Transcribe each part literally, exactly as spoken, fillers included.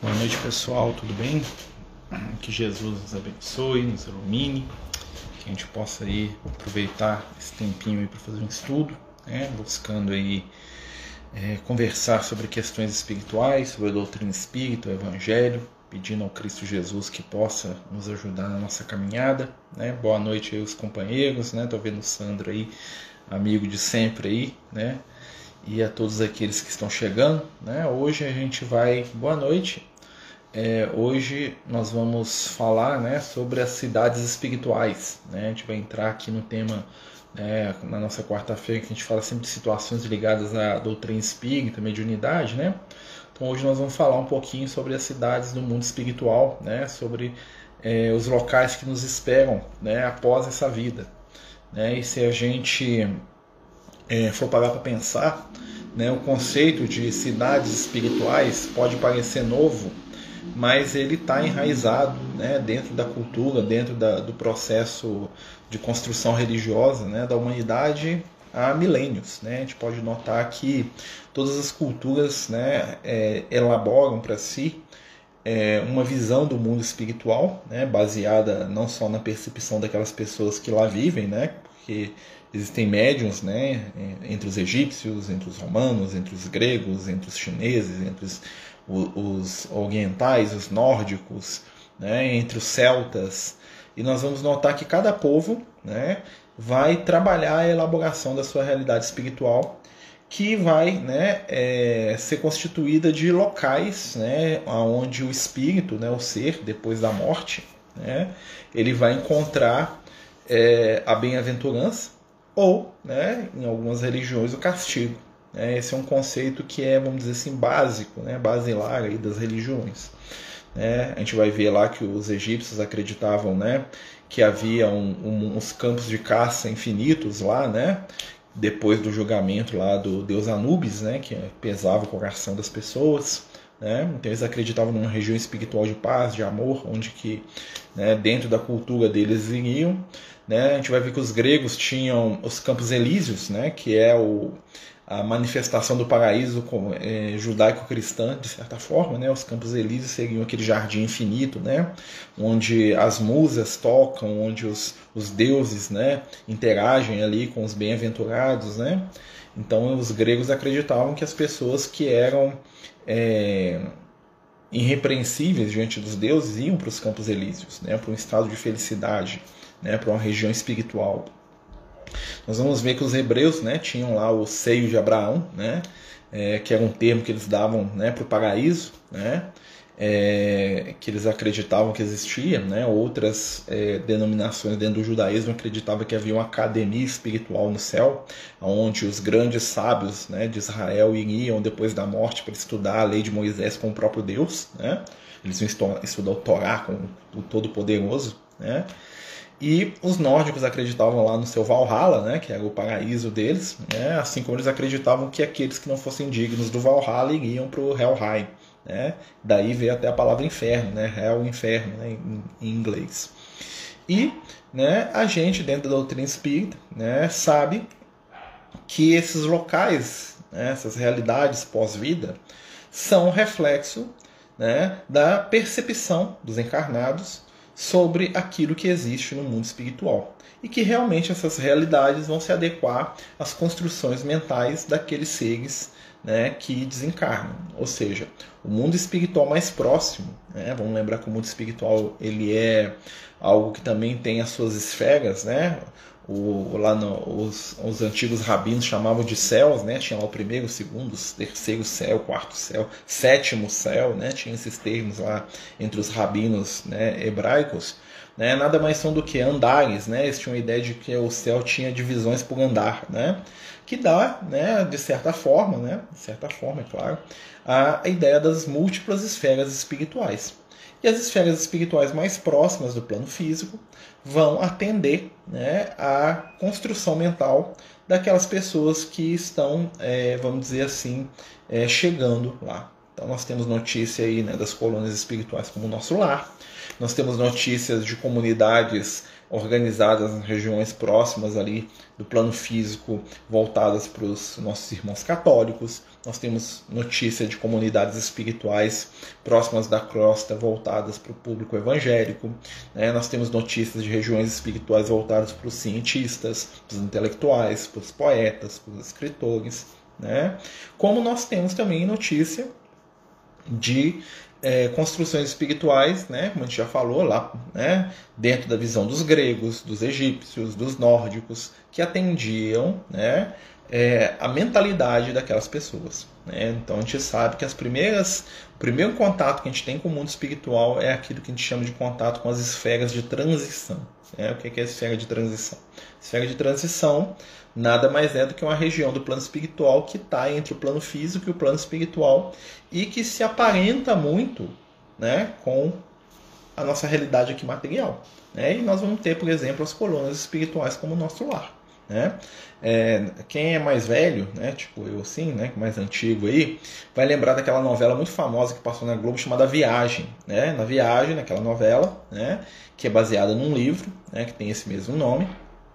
Boa noite, pessoal, tudo bem? Que Jesus nos abençoe, nos ilumine, que a gente possa aí aproveitar esse tempinho aí para fazer um estudo, né? Buscando aí é, conversar sobre questões espirituais, sobre a doutrina espírita, o Evangelho, pedindo ao Cristo Jesus que possa nos ajudar na nossa caminhada, né? Boa noite aí os companheiros, né? Tô vendo o Sandro aí, amigo de sempre aí, né? E a todos aqueles que estão chegando, né? Hoje a gente vai... Boa noite. É, hoje nós vamos falar, né, sobre as cidades espirituais, né? A gente vai entrar aqui no tema, né, na nossa quarta-feira, que a gente fala sempre de situações ligadas à doutrina espírita, mediunidade, né? Então hoje nós vamos falar um pouquinho sobre as cidades do mundo espiritual, né? Sobre é, os locais que nos esperam, né, após essa vida, né? E se a gente É, for parar para pensar, né, o conceito de cidades espirituais pode parecer novo, mas ele está enraizado, né, dentro da cultura, dentro da, do processo de construção religiosa, né, da humanidade há milênios, né? A gente pode notar que todas as culturas, né, é, elaboram para si é, uma visão do mundo espiritual, né, baseada não só na percepção daquelas pessoas que lá vivem, né, porque existem médiuns, né, entre os egípcios, entre os romanos, entre os gregos, entre os chineses, entre os, os orientais, os nórdicos, né, entre os celtas. E nós vamos notar que cada povo, né, vai trabalhar a elaboração da sua realidade espiritual, que vai, né, é, ser constituída de locais, né, onde o espírito, né, o ser, depois da morte, né, ele vai encontrar é, a bem-aventurança, ou, né, em algumas religiões, o castigo. Né? Esse é um conceito que é, vamos dizer assim, básico, né, basilar aí das religiões. Né? A gente vai ver lá que os egípcios acreditavam, né, que havia um, um, uns campos de caça infinitos lá, né, depois do julgamento lá do deus Anubis, né, que pesava o coração das pessoas. Né? Então eles acreditavam numa região espiritual de paz, de amor, onde que, né, dentro da cultura deles iriam. Né? A gente vai ver que os gregos tinham os Campos Elíseos, né, que é o, a manifestação do paraíso é, judaico-cristã, de certa forma. Né? Os Campos Elíseos seriam aquele jardim infinito, né, onde as musas tocam, onde os, os deuses, né, interagem ali com os bem-aventurados. Né? Então os gregos acreditavam que as pessoas que eram é, irrepreensíveis diante dos deuses iam para os Campos Elíseos, né, para um estado de felicidade, né, para uma região espiritual. Nós vamos ver que os hebreus, né, tinham lá o seio de Abraão, né, é, que era um termo que eles davam, né, para o paraíso, né, é, que eles acreditavam que existia. Né, outras é, denominações dentro do judaísmo acreditavam que havia uma academia espiritual no céu, onde os grandes sábios, né, de Israel iriam depois da morte para estudar a lei de Moisés com o próprio Deus. Né, eles iam estudar o Torá com o Todo-Poderoso. Né. E os nórdicos acreditavam lá no seu Valhalla, né, que era o paraíso deles, né, assim como eles acreditavam que aqueles que não fossem dignos do Valhalla iriam para o Helheim. Né, daí veio até a palavra inferno, né, Hell, inferno, né, em, em inglês. E, né, a gente, dentro da doutrina espírita, né, sabe que esses locais, né, essas realidades pós-vida, são reflexo, né, da percepção dos encarnados sobre aquilo que existe no mundo espiritual. E que realmente essas realidades vão se adequar às construções mentais daqueles seres, né, que desencarnam. Ou seja, o mundo espiritual mais próximo, né, vamos lembrar que o mundo espiritual ele é algo que também tem as suas esferas, né? O, lá no, os, os antigos rabinos chamavam de céus, né? Tinha lá o primeiro, o segundo, o terceiro céu, o quarto céu, sétimo céu, né? Tinha esses termos lá entre os rabinos, né, hebraicos. Né? Nada mais são do que andares, né? Eles tinham a ideia de que o céu tinha divisões por andar, né? Que dá, né, de certa forma, né, de certa forma, é claro, a ideia das múltiplas esferas espirituais. E as esferas espirituais mais próximas do plano físico vão atender, né, à construção mental daquelas pessoas que estão, é, vamos dizer assim, é, chegando lá. Então nós temos notícia aí, né, das colônias espirituais como o nosso lar. Nós temos notícias de comunidades organizadas nas regiões próximas ali do plano físico, voltadas para os nossos irmãos católicos. Nós temos notícia de comunidades espirituais próximas da crosta, voltadas para o público evangélico. Né? Nós temos notícias de regiões espirituais voltadas para os cientistas, para os intelectuais, para os poetas, para os escritores. Né? Como nós temos também notícia de é, construções espirituais, né, como a gente já falou lá, né, dentro da visão dos gregos, dos egípcios, dos nórdicos, que atendiam, né, é, a mentalidade daquelas pessoas. Né? Então a gente sabe que as primeiras, o primeiro contato que a gente tem com o mundo espiritual é aquilo que a gente chama de contato com as esferas de transição. Né? O que é a esfera de transição? A esfera de transição nada mais é do que uma região do plano espiritual que está entre o plano físico e o plano espiritual e que se aparenta muito, né, com a nossa realidade aqui material. Né? E nós vamos ter, por exemplo, as colônias espirituais como nosso lar. Né? É, quem é mais velho, né, tipo eu assim, né, mais antigo aí, vai lembrar daquela novela muito famosa que passou na Globo chamada Viagem. Né? Na Viagem, naquela novela, né, que é baseada num livro, né, que tem esse mesmo nome.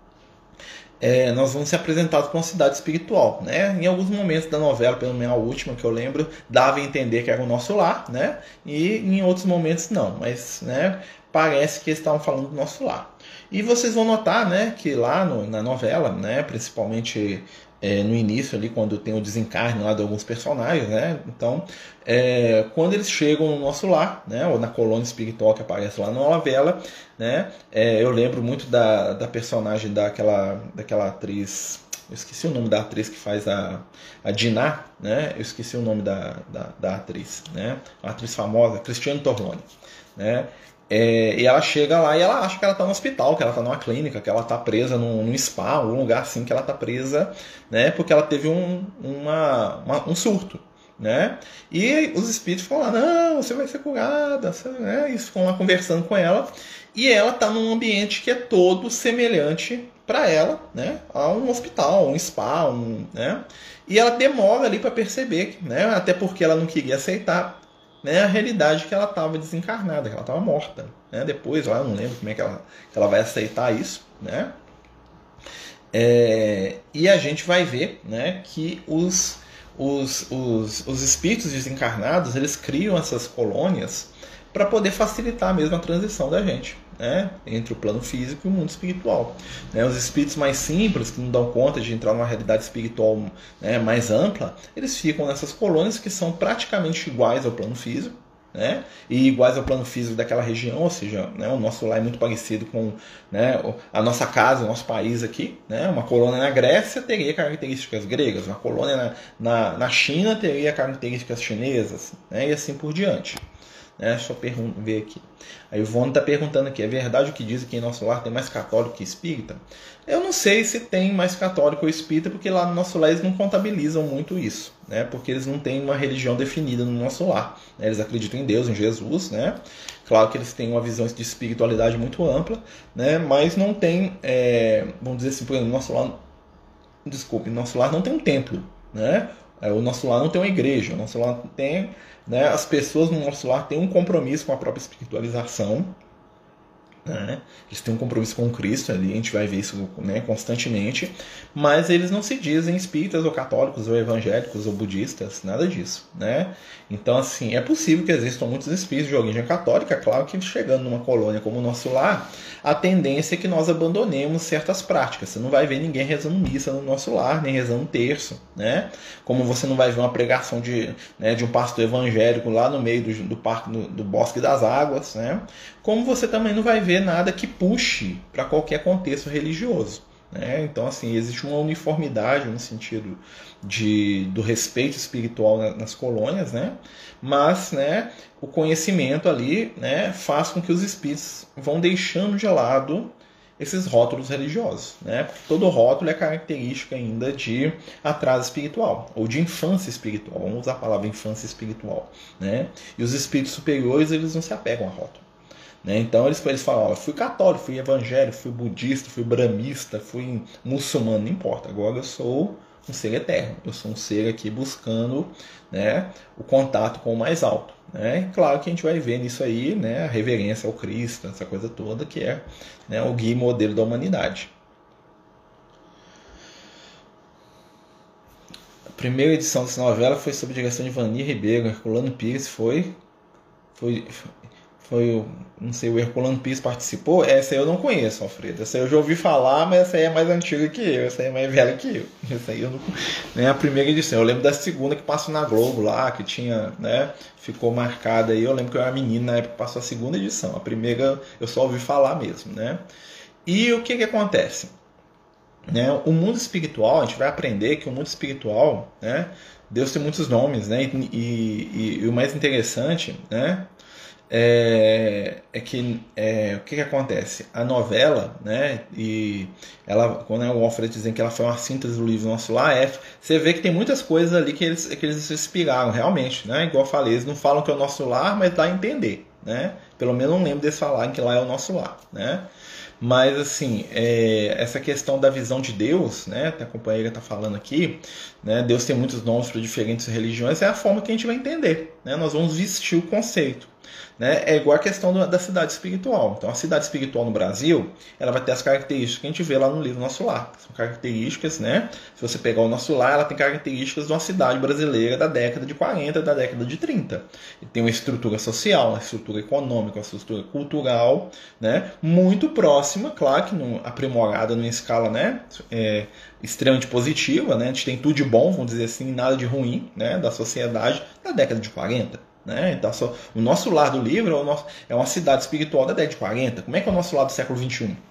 É, nós vamos ser apresentados para uma cidade espiritual. Né? Em alguns momentos da novela, pelo menos a última que eu lembro, dava a entender que era o nosso lar, né? E em outros momentos não, mas, né, parece que eles estavam falando do nosso lar. E vocês vão notar, né, que lá no, na novela, né, principalmente é, no início, ali, quando tem o desencarne lá de alguns personagens, né, então, é, quando eles chegam no nosso lar, né, ou na colônia espiritual que aparece lá na novela, né, é, eu lembro muito da, da personagem daquela, daquela atriz, eu esqueci o nome da atriz que faz a, a Diná, né, eu esqueci o nome da, da, da atriz, né, uma atriz famosa, Cristiane Torlone, né. É, e ela chega lá e ela acha que ela está no hospital, que ela está numa clínica, que ela está presa num, num spa, algum lugar assim que ela está presa, né, porque ela teve um, uma, uma, um surto. Né? E os espíritos ficam lá, não, você vai ser curada, você, né? E ficam lá conversando com ela. E ela está num ambiente que é todo semelhante para ela, né, a um hospital, um spa, um, né? E ela demora ali para perceber, né, até porque ela não queria aceitar, né, a realidade que ela estava desencarnada, que ela estava morta. Né? Depois, lá, eu não lembro como é que ela, que ela vai aceitar isso. Né? É, e a gente vai ver, né, que os, os, os, os espíritos desencarnados, eles criam essas colônias para poder facilitar mesmo a transição da gente, né, entre o plano físico e o mundo espiritual. Né, os espíritos mais simples, que não dão conta de entrar numa realidade espiritual, né, mais ampla, eles ficam nessas colônias que são praticamente iguais ao plano físico, né, e iguais ao plano físico daquela região, ou seja, né, o nosso lar é muito parecido com, né, a nossa casa, o nosso país aqui. Né, uma colônia na Grécia teria características gregas, uma colônia na, na, na China teria características chinesas, né, e assim por diante. Né, deixa eu ver aqui. A Ivone está perguntando aqui, é verdade o que dizem que em nosso lar tem mais católico que espírita? Eu não sei se tem mais católico ou espírita, porque lá no nosso lar eles não contabilizam muito isso, né? Porque eles não têm uma religião definida no nosso lar. Né? Eles acreditam em Deus, em Jesus, né? Claro que eles têm uma visão de espiritualidade muito ampla, né? Mas não tem, é, vamos dizer assim, por exemplo, no nosso lar, desculpe, no nosso lar não tem um templo, né? O nosso lar não tem uma igreja, o nosso lar tem, né, as pessoas no nosso lar têm um compromisso com a própria espiritualização, né? Eles têm um compromisso com Cristo, ali a gente vai ver isso, né, constantemente, mas eles não se dizem espíritas ou católicos ou evangélicos ou budistas, nada disso, né? Então, assim, é possível que existam muitos espíritos de origem católica, claro que chegando numa colônia como o nosso lar, a tendência é que nós abandonemos certas práticas. Você não vai ver ninguém rezando missa no nosso lar, nem rezando terço, né? Como você não vai ver uma pregação de, né, de um pastor evangélico lá no meio do, do parque do, do Bosque das Águas, né? Como você também não vai ver nada que puxe para qualquer contexto religioso. Né? Então, assim, existe uma uniformidade no sentido de, do respeito espiritual nas colônias, né? Mas, né, o conhecimento ali, né, faz com que os espíritos vão deixando de lado esses rótulos religiosos. Né? Todo rótulo é característica ainda de atraso espiritual, ou de infância espiritual. Vamos usar a palavra infância espiritual. Né? E os espíritos superiores, eles não se apegam a rótulo. Né? Então eles, eles falam, ó, fui católico, fui evangélico, fui budista, fui brahmista, fui muçulmano, não importa. Agora eu sou um ser eterno, eu sou um ser aqui buscando, né, o contato com o mais alto. Né? E claro que a gente vai ver nisso aí, né, a reverência ao Cristo, essa coisa toda que é, né, o guia e modelo da humanidade. A primeira edição dessa novela foi sob a direção de Vani Ribeiro. Herculano Pires foi, foi, foi, não sei, o Herculano Pires participou? Essa aí eu não conheço, Alfredo. Essa aí eu já ouvi falar, mas essa aí é mais antiga que eu, essa aí é mais velha que eu. Essa aí eu não, né, a primeira edição. Eu lembro da segunda que passou na Globo lá, que tinha, né, ficou marcada aí. Eu lembro que eu era menino na época que passou a segunda edição. A primeira eu só ouvi falar mesmo, né? E o que que acontece? Né? O mundo espiritual, a gente vai aprender que o mundo espiritual, né, Deus tem muitos nomes, né, e, e, e o mais interessante, né, é, é que é, o que, que acontece? A novela, né, e ela, quando o Alfredo dizendo que ela foi uma síntese do livro Nosso Lar, é, você vê que tem muitas coisas ali que eles, que eles se inspiraram realmente, né, igual eu falei, eles não falam que é o nosso lar, mas dá a entender, né, pelo menos não lembro deles falarem que lá é o nosso lar, né. Mas, assim, é, essa questão da visão de Deus, né, a companheira está falando aqui, né, Deus tem muitos nomes para diferentes religiões, é a forma que a gente vai entender. Né, nós vamos vestir o conceito. Né, é igual a questão do, da cidade espiritual. Então, a cidade espiritual no Brasil, ela vai ter as características que a gente vê lá no livro Nosso Lar. São características, né? Se você pegar o Nosso Lar, ela tem características de uma cidade brasileira da década de quarenta, da década de trinta. E tem uma estrutura social, uma estrutura econômica, uma estrutura cultural, né? Muito próxima, claro que não, aprimorada numa escala, né, é, extremamente positiva, né? A gente tem tudo de bom, vamos dizer assim, nada de ruim, né, da sociedade da década de quarenta. Né? Então, só, o nosso lar do livro é, o nosso, é uma cidade espiritual da década de quarenta. Como é que é o nosso lar do século vinte e um?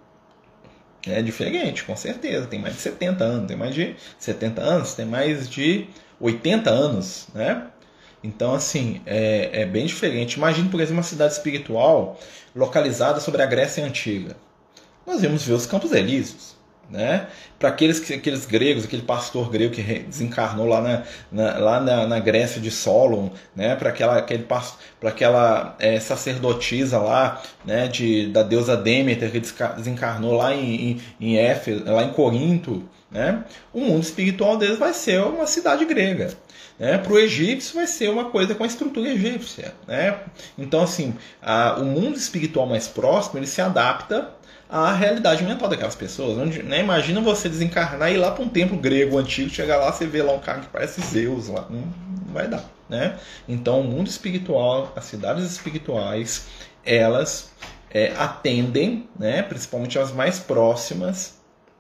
É diferente, com certeza. Tem mais de setenta anos, tem mais de setenta anos, tem mais de oitenta anos. Né? Então, assim, é, é bem diferente. Imagine, por exemplo, uma cidade espiritual localizada sobre a Grécia Antiga. Nós vamos ver os Campos Elíseos. Né? Para aqueles, aqueles gregos, aquele pastor grego que desencarnou lá na, na, lá na, na Grécia de Solon, né? Para aquela, aquele, para aquela é, sacerdotisa lá, né? De, da deusa Deméter que desencarnou lá em, em, em Éfeso, lá em Corinto, né? O mundo espiritual deles vai ser uma cidade grega. Né? Para o egípcio vai ser uma coisa com a estrutura egípcia. Né? Então, assim, a, o mundo espiritual mais próximo ele se adapta a realidade mental daquelas pessoas. Onde, né, imagina você desencarnar e ir lá para um templo grego antigo, chegar lá, você vê lá um cara que parece Zeus lá. Não, não vai dar. Né? Então, o mundo espiritual, as cidades espirituais, elas é, atendem, né, principalmente as mais próximas,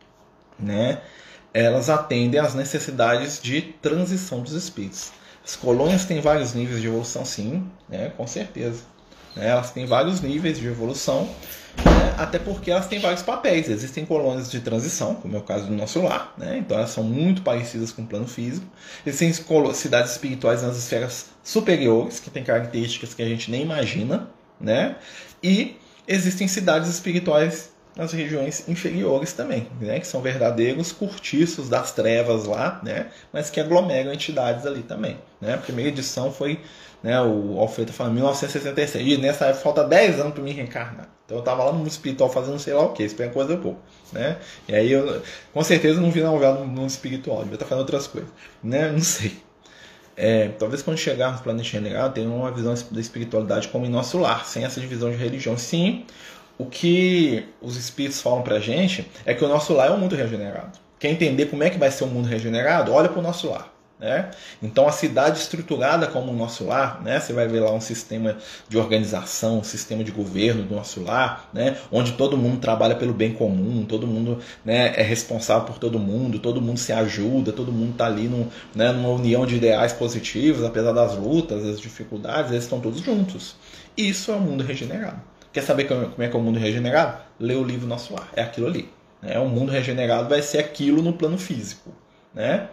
né, elas atendem às necessidades de transição dos espíritos. As colônias têm vários níveis de evolução, sim, né, com certeza. Elas têm vários níveis de evolução, né? Até porque elas têm vários papéis. Existem colônias de transição, como é o caso do Nosso Lar, né? Então elas são muito parecidas com o plano físico. Existem cidades espirituais nas esferas superiores, que têm características que a gente nem imagina, né? E existem cidades espirituais nas regiões inferiores também, né? Que são verdadeiros cortiços das trevas lá, né? Mas que aglomeram entidades ali também. Né? A primeira edição foi, né, o Alfredo falando, mil novecentos e sessenta e seis, e nessa época falta dez anos para me reencarnar. Então eu estava lá no mundo espiritual fazendo sei lá o que, esperando coisa boa. Né? E aí eu, com certeza, não vi novela no mundo espiritual, devia estar fazendo outras coisas. Né? Não sei. É, talvez quando chegar no planeta regenerado tenha uma visão da espiritualidade como em Nosso Lar, sem essa divisão de religião. Sim, o que os espíritos falam pra gente é que o nosso lar é um mundo regenerado. Quer entender como é que vai ser o mundo regenerado? Olha para o nosso lar. Né? Então a cidade estruturada como o Nosso Lar, né? Você vai ver lá um sistema de organização, um sistema de governo do Nosso Lar, né? Onde todo mundo trabalha pelo bem comum, todo mundo, né, é responsável por todo mundo, todo mundo se ajuda, todo mundo está ali num, né, numa união de ideais positivos, apesar das lutas, das dificuldades, eles estão todos juntos. Isso é o mundo regenerado. Quer saber como é que é o mundo regenerado? Lê o livro Nosso Lar, é aquilo ali. Né? O mundo regenerado vai ser aquilo no plano físico. Né?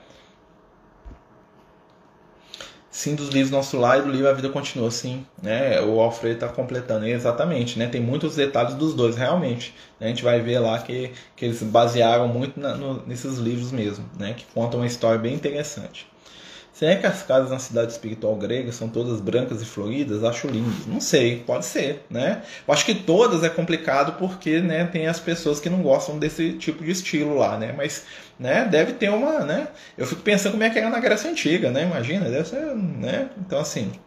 Sim, dos livros Nosso Lar e do livro A Vida Continua, sim. Né? O Alfredo está completando exatamente. Né? Tem muitos detalhes dos dois, realmente. Né? A gente vai ver lá que, que eles basearam muito na, no, nesses livros mesmo, né? Que contam uma história bem interessante. Será que as casas na cidade espiritual grega são todas brancas e floridas? Acho lindo. Não sei, pode ser, né? Eu acho que todas é complicado porque, né, tem as pessoas que não gostam desse tipo de estilo lá, né? Mas, né, deve ter uma, né? Eu fico pensando como é que era na Grécia Antiga, né? Imagina, deve ser, né? Então, assim,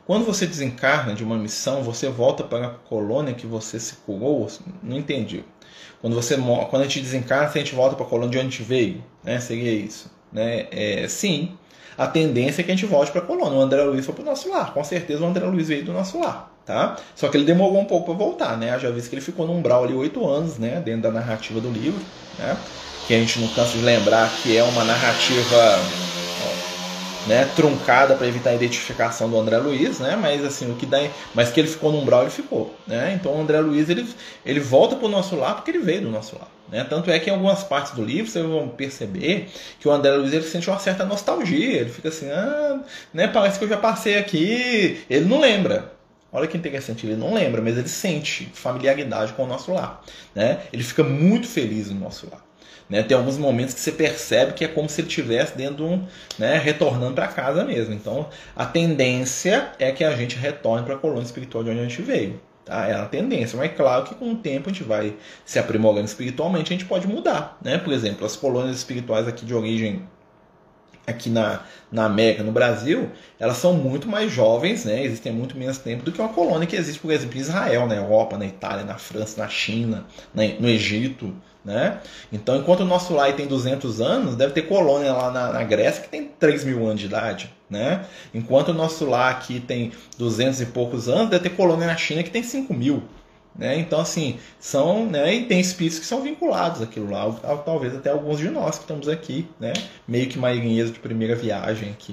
Quando você desencarna de uma missão, você volta para a colônia que você se curou? Não entendi. Quando, você, quando a gente desencarna, a gente volta para a colônia de onde a gente veio, né? Seria isso, né? É, sim, a tendência é que a gente volte para a colônia. O André Luiz foi para o nosso lar. Com certeza o André Luiz veio do nosso lar. Tá? Só que ele demorou um pouco para voltar. Né? Já visto que ele ficou num umbral ali oito anos, né? Dentro da narrativa do livro. Né? Que a gente não cansa de lembrar que é uma narrativa, né, truncada para evitar a identificação do André Luiz, né? Mas assim, o que dá, mas que ele ficou num umbral, ele ficou. Né? Então o André Luiz ele, ele volta para o nosso lar porque ele veio do nosso lar. Né? Tanto é que em algumas partes do livro vocês vão perceber que o André Luiz ele sente uma certa nostalgia. Ele fica assim, ah, né, parece que eu já passei aqui. Ele não lembra. Olha que interessante, ele não lembra, mas ele sente familiaridade com o nosso lar. Né? Ele fica muito feliz no nosso lar. Né? Tem alguns momentos que você percebe que é como se ele estivesse dentro de um, né, retornando para casa mesmo. Então a tendência é que a gente retorne para a colônia espiritual de onde a gente veio. Tá? É a tendência, mas é claro que com o tempo a gente vai se aprimorando espiritualmente, a gente pode mudar. Né? Por exemplo, as colônias espirituais aqui de origem aqui na, na América, no Brasil, elas são muito mais jovens, né? Existem muito menos tempo do que uma colônia que existe, por exemplo, em Israel, na Europa, na Itália, na França, na China, na, no Egito. Né? Então, enquanto o nosso lar tem duzentos anos, deve ter colônia lá na, na Grécia que tem três mil anos de idade. Né? Enquanto o nosso lar aqui tem duzentos e poucos anos, deve ter colônia na China que tem cinco mil. Né? Então, assim, são, né, e tem espíritos que são vinculados àquilo lá, talvez até alguns de nós que estamos aqui, né, meio que marinheiros de primeira viagem aqui.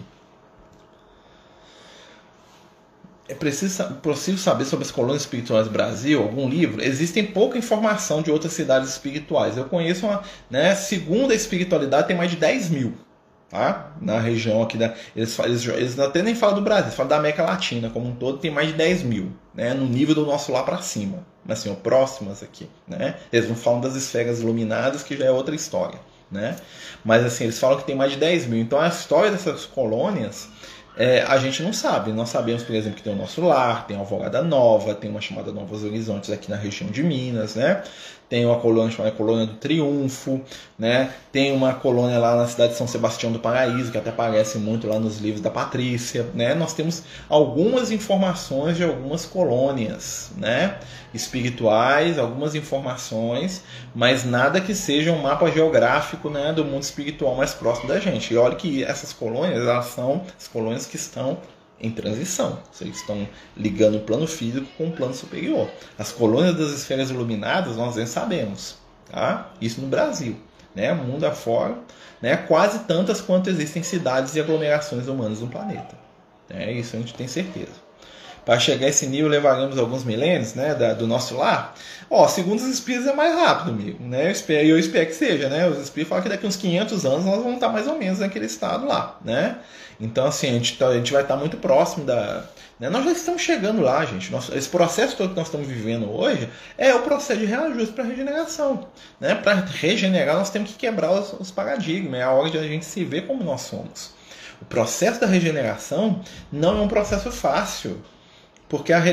É preciso, preciso saber sobre as colônias espirituais do Brasil, algum livro? Existem pouca informação de outras cidades espirituais. Eu conheço uma, né, segundo a espiritualidade, tem mais de dez mil. Tá? Na região aqui, da, eles, eles, eles até nem falam do Brasil, eles falam da América Latina como um todo, tem mais de dez mil, né? No nível do nosso lá para cima, assim, ó, próximas aqui, né? Eles não falam das esferas iluminadas, que já é outra história, né? Mas assim, eles falam que tem mais de dez mil, então a história dessas colônias, é, a gente não sabe. Nós sabemos, por exemplo, que tem o nosso lar, tem a Alvorada Nova, tem uma chamada Novos Horizontes aqui na região de Minas, né? Tem uma colônia chamada Colônia do Triunfo, né? Tem uma colônia lá na cidade de São Sebastião do Paraíso, que até aparece muito lá nos livros da Patrícia, né? Nós temos algumas informações de algumas colônias, né, espirituais, algumas informações, mas nada que seja um mapa geográfico, né, do mundo espiritual mais próximo da gente. E olha que essas colônias, elas são as colônias que estão em transição. Eles estão ligando o plano físico com o plano superior. As colônias das esferas iluminadas, nós nem sabemos. Tá? Isso no Brasil. Né? Mundo afora, né? Quase tantas quanto existem cidades e aglomerações humanas no planeta. É, isso a gente tem certeza. Para chegar a esse nível, levaremos alguns milênios, né, da, do nosso lar. Ó, segundo os espíritos, é mais rápido, amigo. Né? Eu, espero, eu espero que seja. Né? Os espíritos falam que daqui a uns quinhentos anos nós vamos estar mais ou menos naquele estado lá. Né? Então, assim, a gente, tá, a gente vai estar muito próximo da... Né? Nós já estamos chegando lá, gente. Nosso, esse processo todo que nós estamos vivendo hoje é o processo de reajuste para regeneração. Né? Para regenerar, nós temos que quebrar os, os paradigmas. É a hora de a gente se ver como nós somos. O processo da regeneração não é um processo fácil. Porque a, a,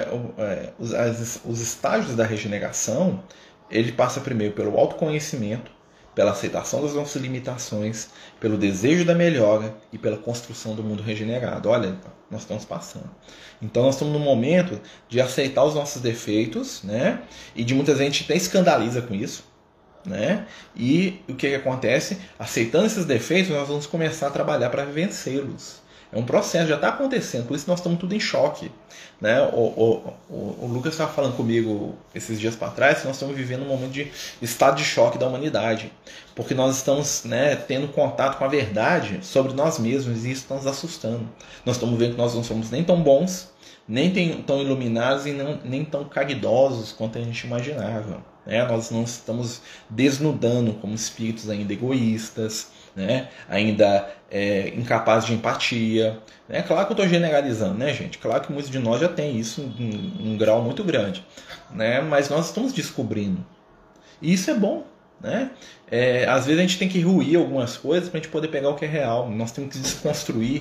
a, os, as, os estágios da regeneração, ele passa primeiro pelo autoconhecimento, pela aceitação das nossas limitações, pelo desejo da melhora e pela construção do mundo regenerado. Olha, nós estamos passando. Então nós estamos no momento de aceitar os nossos defeitos, né? E de muita gente até escandaliza com isso. Né? E o que, que acontece? Aceitando esses defeitos, nós vamos começar a trabalhar para vencê-los. É um processo, já está acontecendo, por isso nós estamos tudo em choque. Né? O, o, o, o Lucas estava falando comigo esses dias para trás que nós estamos vivendo um momento de estado de choque da humanidade. Porque nós estamos, né, tendo contato com a verdade sobre nós mesmos e isso está nos assustando. Nós estamos vendo que nós não somos nem tão bons, nem tão iluminados e não, nem tão caridosos quanto a gente imaginava. Né? Nós não estamos desnudando como espíritos ainda egoístas, né? Ainda é, incapazes de empatia. É claro que eu estou generalizando, né, gente? Claro que muitos de nós já têm isso em um grau muito grande, né? Mas nós estamos descobrindo. E isso é bom. Né? É, às vezes a gente tem que ruir algumas coisas para a gente poder pegar o que é real. Nós temos que desconstruir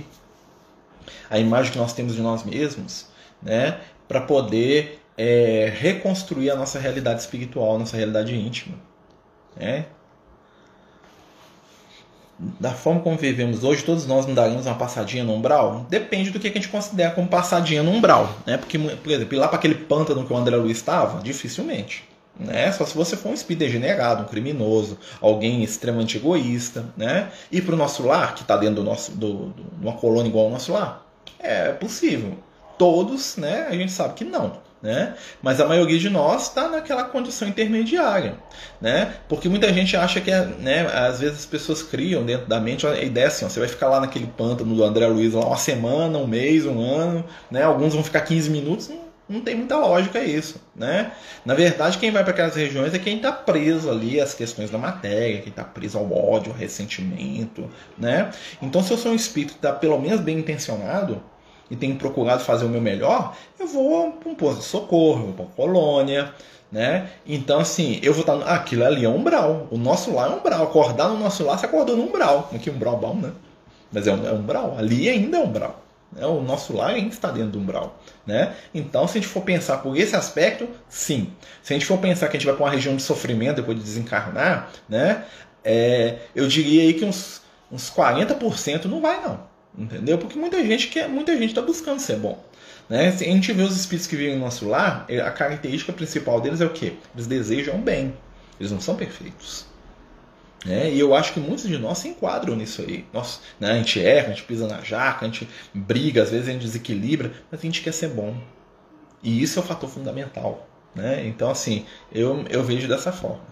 a imagem que nós temos de nós mesmos, né? Para poder é, reconstruir a nossa realidade espiritual, a nossa realidade íntima. Né? da forma como vivemos hoje, todos nós não daríamos uma passadinha no umbral? Depende do que a gente considera como passadinha no umbral, né? Porque, por exemplo, ir lá para aquele pântano que o André Luiz estava, dificilmente. Né? Só se você for um espírito degenerado, um criminoso, alguém extremamente egoísta, né? Ir para o nosso lar, que está dentro do nosso, do, do, de uma colônia igual ao nosso lar, é possível. Todos, né? A gente sabe que não. Né? Mas a maioria de nós está naquela condição intermediária, né? Porque muita gente acha que, né, às vezes as pessoas criam dentro da mente a ideia assim, ó, você vai ficar lá naquele pântano do André Luiz lá uma semana, um mês, um ano, né? Alguns vão ficar quinze minutos, não, não tem muita lógica isso, né? Na verdade, quem vai para aquelas regiões é quem está preso ali às questões da matéria, quem está preso ao ódio, ao ressentimento, né? Então, se eu sou um espírito que está pelo menos bem intencionado e tenho procurado fazer o meu melhor, eu vou para um posto de socorro, eu vou para uma colônia, né? Então, assim, eu vou estar... Ah, aquilo ali é um umbral. O nosso lar é um umbral. Acordar no nosso lar, você acordou no umbral. Aqui um umbral bom, né? Mas é um, é um umbral. Ali ainda é um umbral. Né? O nosso lar ainda está dentro do umbral. Né? Então, se a gente for pensar por esse aspecto, sim. Se a gente for pensar que a gente vai para uma região de sofrimento depois de desencarnar, né? É, eu diria aí que uns, uns quarenta por cento não vai, não. Entendeu? Porque muita gente quer, muita gente está buscando ser bom. Né? Se a gente vê os espíritos que vivem no nosso lar, a característica principal deles é o quê? Eles desejam bem. Eles não são perfeitos. Né? E eu acho que muitos de nós se enquadram nisso aí. Nós, né, a gente erra, a gente pisa na jaca, a gente briga, às vezes a gente desequilibra, mas a gente quer ser bom. E isso é o fator fundamental. Né? Então, assim, eu, eu vejo dessa forma.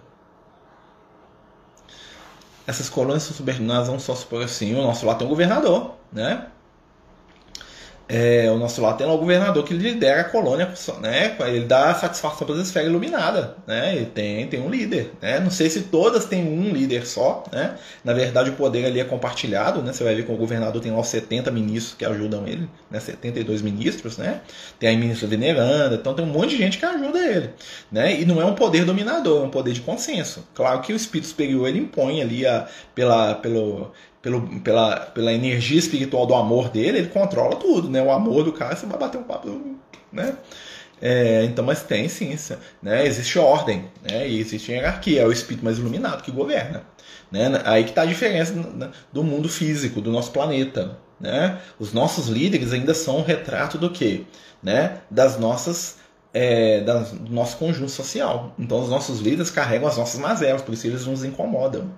Essas colônias são subordinadas não só supor assim, o nosso lá tem um governador, né? É, o nosso lá tem lá o governador que lidera a colônia, né? Ele dá satisfação para as esferas iluminadas, né? Ele tem, tem um líder, né? Não sei se todas têm um líder só, né? Na verdade o poder ali é compartilhado, né? Você vai ver que o governador tem lá os setenta ministros que ajudam ele, né? setenta e dois ministros, né? Tem a ministra veneranda, então tem um monte de gente que ajuda ele, né? E não é um poder dominador, é um poder de consenso. Claro que o espírito superior ele impõe ali a, pela, pelo Pelo, pela, pela energia espiritual do amor dele, ele controla tudo, né? O amor do cara, você vai bater um papo, né? É, então, mas tem sim, né? Existe ordem, né? E existe hierarquia, é o espírito mais iluminado que governa, né? Aí que está a diferença do mundo físico, do nosso planeta, né? Os nossos líderes ainda são um retrato do quê? Né? Das nossas... É, das, do nosso conjunto social. Então, os nossos líderes carregam as nossas mazelas, por isso eles nos incomodam.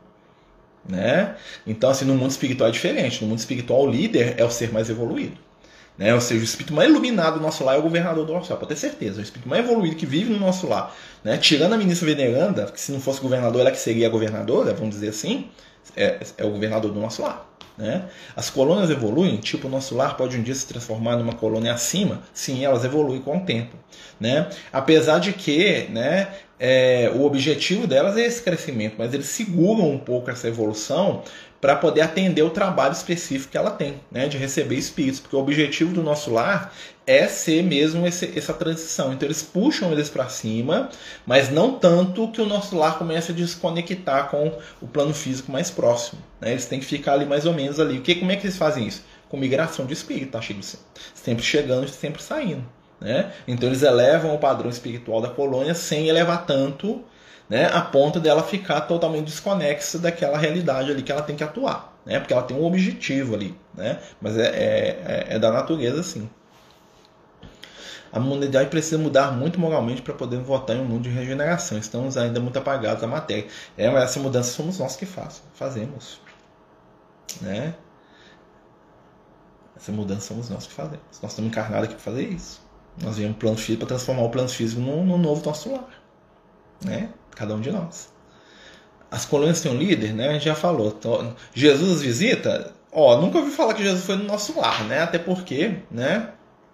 Né? Então, assim, no mundo espiritual é diferente. No mundo espiritual, o líder é o ser mais evoluído, né? Ou seja, o espírito mais iluminado do nosso lar é o governador do nosso lar, pode ter certeza. O espírito mais evoluído que vive no nosso lar, né? Tirando a ministra veneranda, que se não fosse governador, ela que seria a governadora, vamos dizer assim, é, é o governador do nosso lar. Né? As colônias evoluem, tipo, o nosso lar pode um dia se transformar numa colônia acima, sim, elas evoluem com o tempo. Né? Apesar de que, né, é, o objetivo delas é esse crescimento, mas eles seguram um pouco essa evolução para poder atender o trabalho específico que ela tem, né, de receber espíritos, porque o objetivo do nosso lar é ser mesmo esse, essa transição. Então eles puxam eles para cima, mas não tanto que o nosso lar comece a desconectar com o plano físico mais próximo. Né? Eles têm que ficar ali mais ou menos ali. O que, como é que eles fazem isso? Com migração de espírito, tá? Sempre chegando e sempre saindo. Né? Então eles elevam o padrão espiritual da colônia sem elevar tanto, né, a ponto dela ficar totalmente desconexa daquela realidade ali que ela tem que atuar, né, porque ela tem um objetivo ali, né, mas é, é, é da natureza sim. A humanidade precisa mudar muito moralmente para poder votar em um mundo de regeneração. Estamos ainda muito apagados à matéria. É, mas essa mudança somos nós que faz, fazemos, né? Essa mudança somos nós que fazemos. Nós estamos encarnados aqui para fazer isso. Nós viemos plano físico para transformar o plano físico no, no novo nosso lar, né? Cada um de nós. As colônias têm um líder, né? A gente já falou. Então, Jesus visita? Ó, nunca ouvi falar que Jesus foi no nosso lar, né? Até porque, né?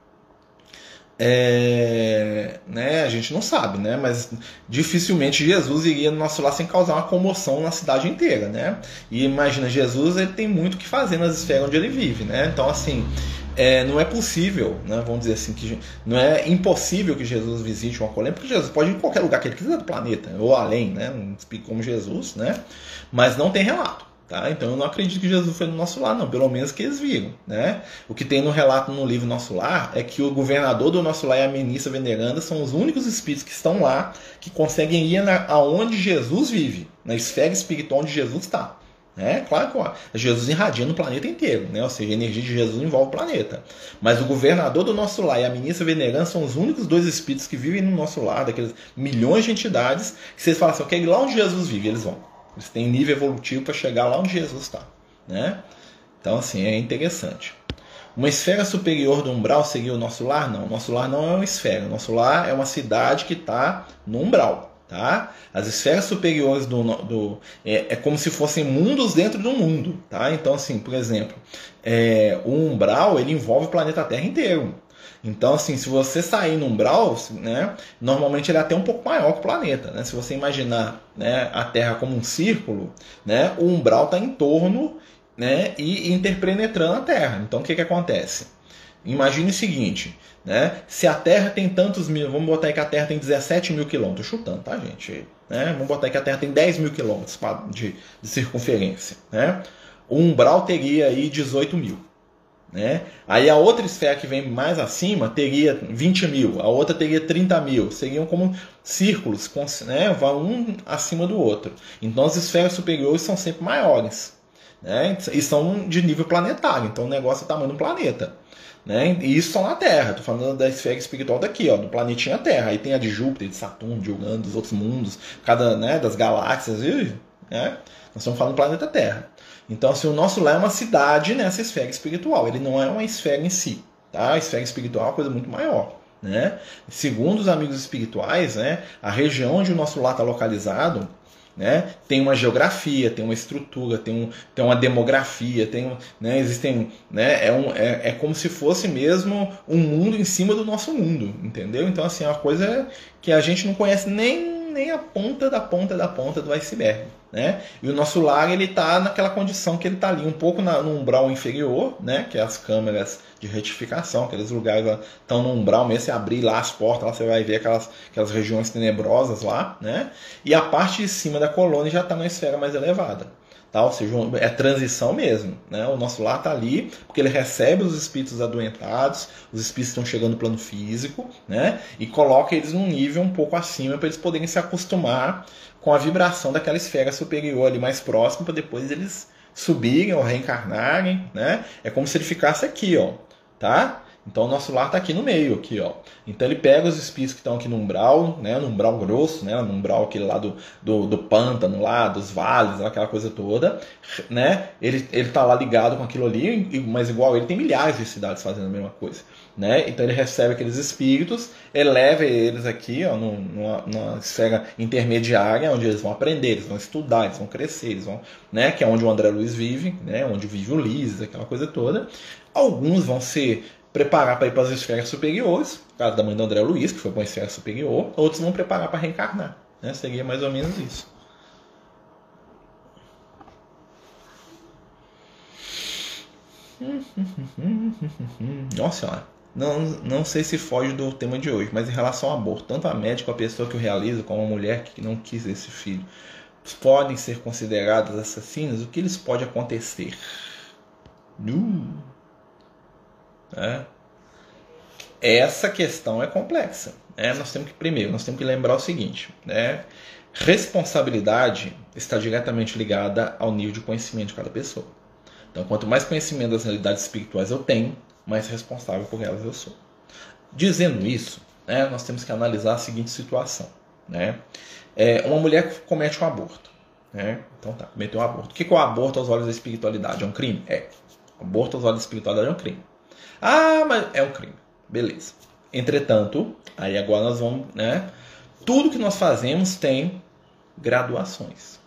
É, né? A gente não sabe, né? Mas dificilmente Jesus iria no nosso lar sem causar uma comoção na cidade inteira, né? E imagina, Jesus ele tem muito o que fazer nas esferas onde ele vive, né? Então, assim, é, não é possível, né? Vamos dizer assim, que não é impossível que Jesus visite uma colônia, porque Jesus pode ir em qualquer lugar que ele quiser do planeta, ou além, né? Não explico como Jesus, né? Mas não tem relato. Tá? Então eu não acredito que Jesus foi no nosso lar, não, pelo menos que eles viram, né? O que tem no relato no livro Nosso Lar é que o governador do nosso lar e a ministra veneranda são os únicos espíritos que estão lá, que conseguem ir na, aonde Jesus vive, na esfera espiritual onde Jesus está, Né? Claro que Jesus irradia no planeta inteiro, né? Ou seja, a energia de Jesus envolve o planeta. Mas o governador do nosso lar e a ministra veneranda são os únicos dois espíritos que vivem no nosso lar, daqueles milhões de entidades, que vocês falam assim, eu quero ir lá onde Jesus vive, eles vão. Eles têm nível evolutivo para chegar lá onde Jesus está. Né? Então, assim, é interessante. Uma esfera superior do umbral seria o nosso lar? Não, o nosso lar não é uma esfera. O nosso lar é uma cidade que está no umbral. Tá? As esferas superiores do, do é, é como se fossem mundos dentro do mundo, tá? Então, assim, por exemplo, é, o umbral ele envolve o planeta Terra inteiro. Então, assim, se você sair no umbral, né, normalmente ele é até um pouco maior que o planeta, né? Se você imaginar, né, a Terra como um círculo, né, o umbral está em torno, né, e interpenetrando a Terra. Então, o que que acontece? Imagine o seguinte, né? Se a Terra tem tantos mil, vamos botar aí que a Terra tem dezessete mil quilômetros, chutando, tá, gente? Né? Vamos botar aí que a Terra tem dez mil quilômetros de, de circunferência, né? O umbral teria aí dezoito mil, né? Aí a outra esfera que vem mais acima teria vinte mil, a outra teria trinta mil, seriam como círculos, né? Um acima do outro. Então as esferas superiores são sempre maiores, né? E são de nível planetário, então o negócio é o tamanho do planeta. Né? E isso só na Terra, estou falando da esfera espiritual daqui, ó, do planetinha Terra. Aí tem a de Júpiter, de Saturno, de Urano, dos outros mundos, cada, né, das galáxias, e, né? Nós estamos falando do planeta Terra. Então, assim, o nosso lar é uma cidade nessa esfera espiritual, ele não é uma esfera em si. Tá? A esfera espiritual é uma coisa muito maior. Né? Segundo os amigos espirituais, né, a região onde o nosso lar está localizado, né, tem uma geografia, tem uma estrutura, tem, um, tem uma demografia, tem, né, existem, né, é, um, é, é como se fosse mesmo um mundo em cima do nosso mundo, entendeu? Então, assim, é uma coisa que a gente não conhece nem, nem a ponta da ponta da ponta do iceberg. Né? E o nosso lar ele está naquela condição que ele está ali um pouco na, no umbral inferior, né? Que é as câmeras de retificação, aqueles lugares lá estão no umbral mesmo, você abrir lá as portas, lá você vai ver aquelas, aquelas regiões tenebrosas lá, né? E a parte de cima da colônia já está numa esfera mais elevada. Tá? Ou seja, é transição mesmo. Né? O nosso lar está ali porque ele recebe os espíritos adoentados, os espíritos estão chegando no plano físico, né? E coloca eles num nível um pouco acima para eles poderem se acostumar com a vibração daquela esfera superior ali mais próxima, para depois eles subirem ou reencarnarem. Né? É como se ele ficasse aqui, ó, tá? Então o nosso lar está aqui no meio, aqui, ó. Então ele pega os espíritos que estão aqui no umbral, né, no umbral grosso, né, no umbral aquele lá do, do, do pântano, lá, dos vales, aquela coisa toda, né? Ele ele está lá ligado com aquilo ali, mas igual ele tem milhares de cidades fazendo a mesma coisa, né? Então ele recebe aqueles espíritos, eleva eles aqui, ó, numa, numa esfera intermediária, onde eles vão aprender, eles vão estudar, eles vão crescer, eles vão, né? Que é onde o André Luiz vive, né? Onde vive o Liz, aquela coisa toda. Alguns vão ser preparar para ir para as esferas superiores, no caso da mãe do André Luiz, que foi para uma esfera superior, outros vão preparar para reencarnar. Né? Seria mais ou menos isso. Nossa senhora, não, não sei se foge do tema de hoje, mas em relação ao aborto, tanto a médica, a pessoa que o realiza, como a mulher que não quis esse filho, podem ser consideradas assassinas? O que lhes pode acontecer? Uh. É. Essa questão é complexa. Né? Nós temos que, primeiro, nós temos que lembrar o seguinte, né? Responsabilidade está diretamente ligada ao nível de conhecimento de cada pessoa. Então, quanto mais conhecimento das realidades espirituais eu tenho, mais responsável por elas eu sou. Dizendo isso, né, nós temos que analisar a seguinte situação. Né? É, uma mulher que comete um aborto. Né? Então tá, cometeu um aborto. O que é o aborto aos olhos da espiritualidade? É um crime? É. Aborto aos olhos da espiritualidade é um crime. Ah, mas é um crime. Beleza. Entretanto, aí agora nós vamos, né? Tudo que nós fazemos tem graduações.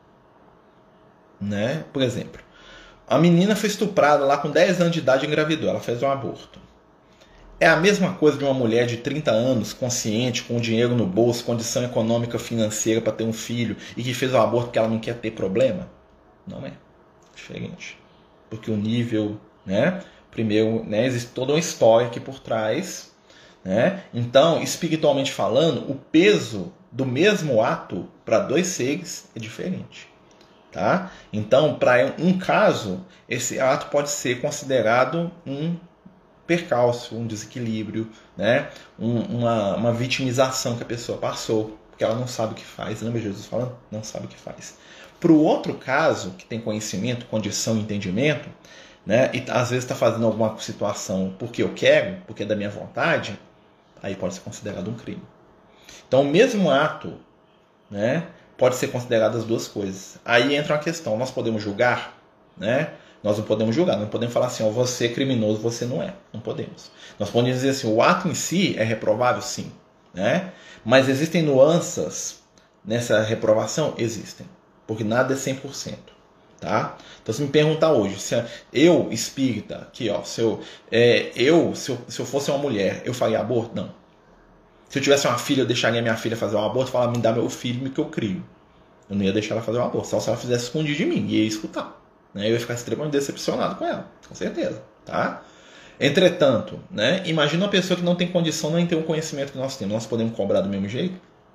Né? Por exemplo, a menina foi estuprada lá com dez anos de idade e engravidou. Ela fez um aborto. É a mesma coisa de uma mulher de trinta anos, consciente, com dinheiro no bolso, condição econômica financeira para ter um filho e que fez um aborto porque ela não quer ter problema? Não é. Diferente. Porque o nível, né? Primeiro, né, existe toda uma história aqui por trás. Né? Então, espiritualmente falando, o peso do mesmo ato para dois seres é diferente. Tá? Então, para um caso, esse ato pode ser considerado um percalço, um desequilíbrio, né? um, uma, uma vitimização que a pessoa passou, porque ela não sabe o que faz. Lembra Jesus falando? Não sabe o que faz. Para o outro caso, que tem conhecimento, condição e entendimento, né, e às vezes está fazendo alguma situação porque eu quero, porque é da minha vontade, aí pode ser considerado um crime. Então, o mesmo ato, né, pode ser considerado as duas coisas. Aí entra uma questão, nós podemos julgar? Né? Nós não podemos julgar, não podemos falar assim, ó, você é criminoso, você não é. Não podemos. Nós podemos dizer assim, o ato em si é reprovável? Sim. Né? Mas existem nuances nessa reprovação? Existem. Porque nada é cem por cento. Tá? Então, se me perguntar hoje, se eu, espírita, aqui, ó, se eu, é, eu, se eu, se eu fosse uma mulher, eu faria aborto? Não. Se eu tivesse uma filha, eu deixaria minha filha fazer um aborto e falar, me dá meu filho que eu crio. Eu não ia deixar ela fazer um aborto, só se ela fizesse escondido de mim, e ia escutar. Né? Eu ia ficar extremamente decepcionado com ela, com certeza. Tá? Entretanto, né, imagina uma pessoa que não tem condição nem ter o conhecimento que nós temos. Nós podemos cobrar do mesmo jeito?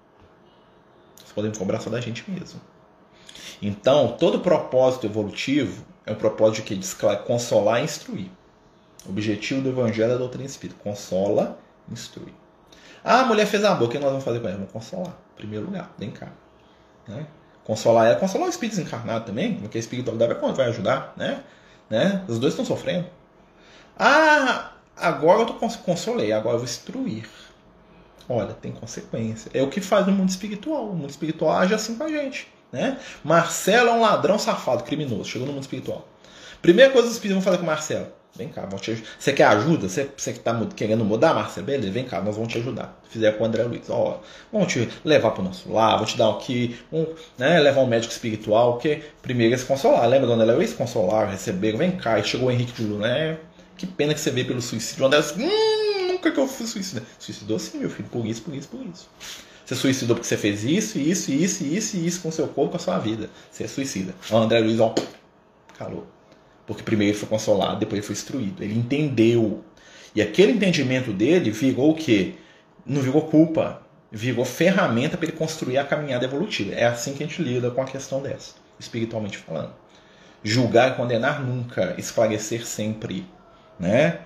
Nós podemos cobrar só da gente mesmo. Então, todo propósito evolutivo é um propósito de que consolar e instruir. O objetivo do Evangelho é a doutrina espírita. Consola e instrui. Ah, a mulher fez amor, o que nós vamos fazer com ela? Vamos consolar. Em primeiro lugar, vem cá. Né? Consolar ela, consolar o espírito desencarnado também, porque a espiritualidade vai ajudar. Né? Né? Os dois estão sofrendo. Ah, agora eu tô consolei, agora eu vou instruir. Olha, tem consequência. É o que faz o mundo espiritual. O mundo espiritual age assim com a gente. Né? Marcelo é um ladrão safado, criminoso, chegou no mundo espiritual. Primeira coisa que os espíritos vão fazer com o Marcelo: vem cá, vamos te... você quer ajuda? Você, você que está querendo mudar, Marcelo? Beleza, vem cá, nós vamos te ajudar. Fizeram com o André Luiz: ó, vamos te levar para o nosso lar, vou te dar aqui, um, né, levar um médico espiritual, que primeiro eles consolaram. Lembra do André Luiz? Consolaram, receberam, vem cá, e chegou o Henrique Júlio, né? Que pena que você veio pelo suicídio. O André Luiz: hum, nunca que eu fui suicida. Suicidou sim, meu filho, por isso, por isso, por isso. Você suicidou porque você fez isso, isso, isso, isso e isso com o seu corpo, com a sua vida. Você é suicida. O André Luiz, ó, calou. Porque primeiro ele foi consolado, depois ele foi instruído. Ele entendeu. E aquele entendimento dele virou o quê? Não virou culpa. Virou ferramenta para ele construir a caminhada evolutiva. É assim que a gente lida com a questão dessa, espiritualmente falando. Julgar e condenar nunca. Esclarecer sempre. Né?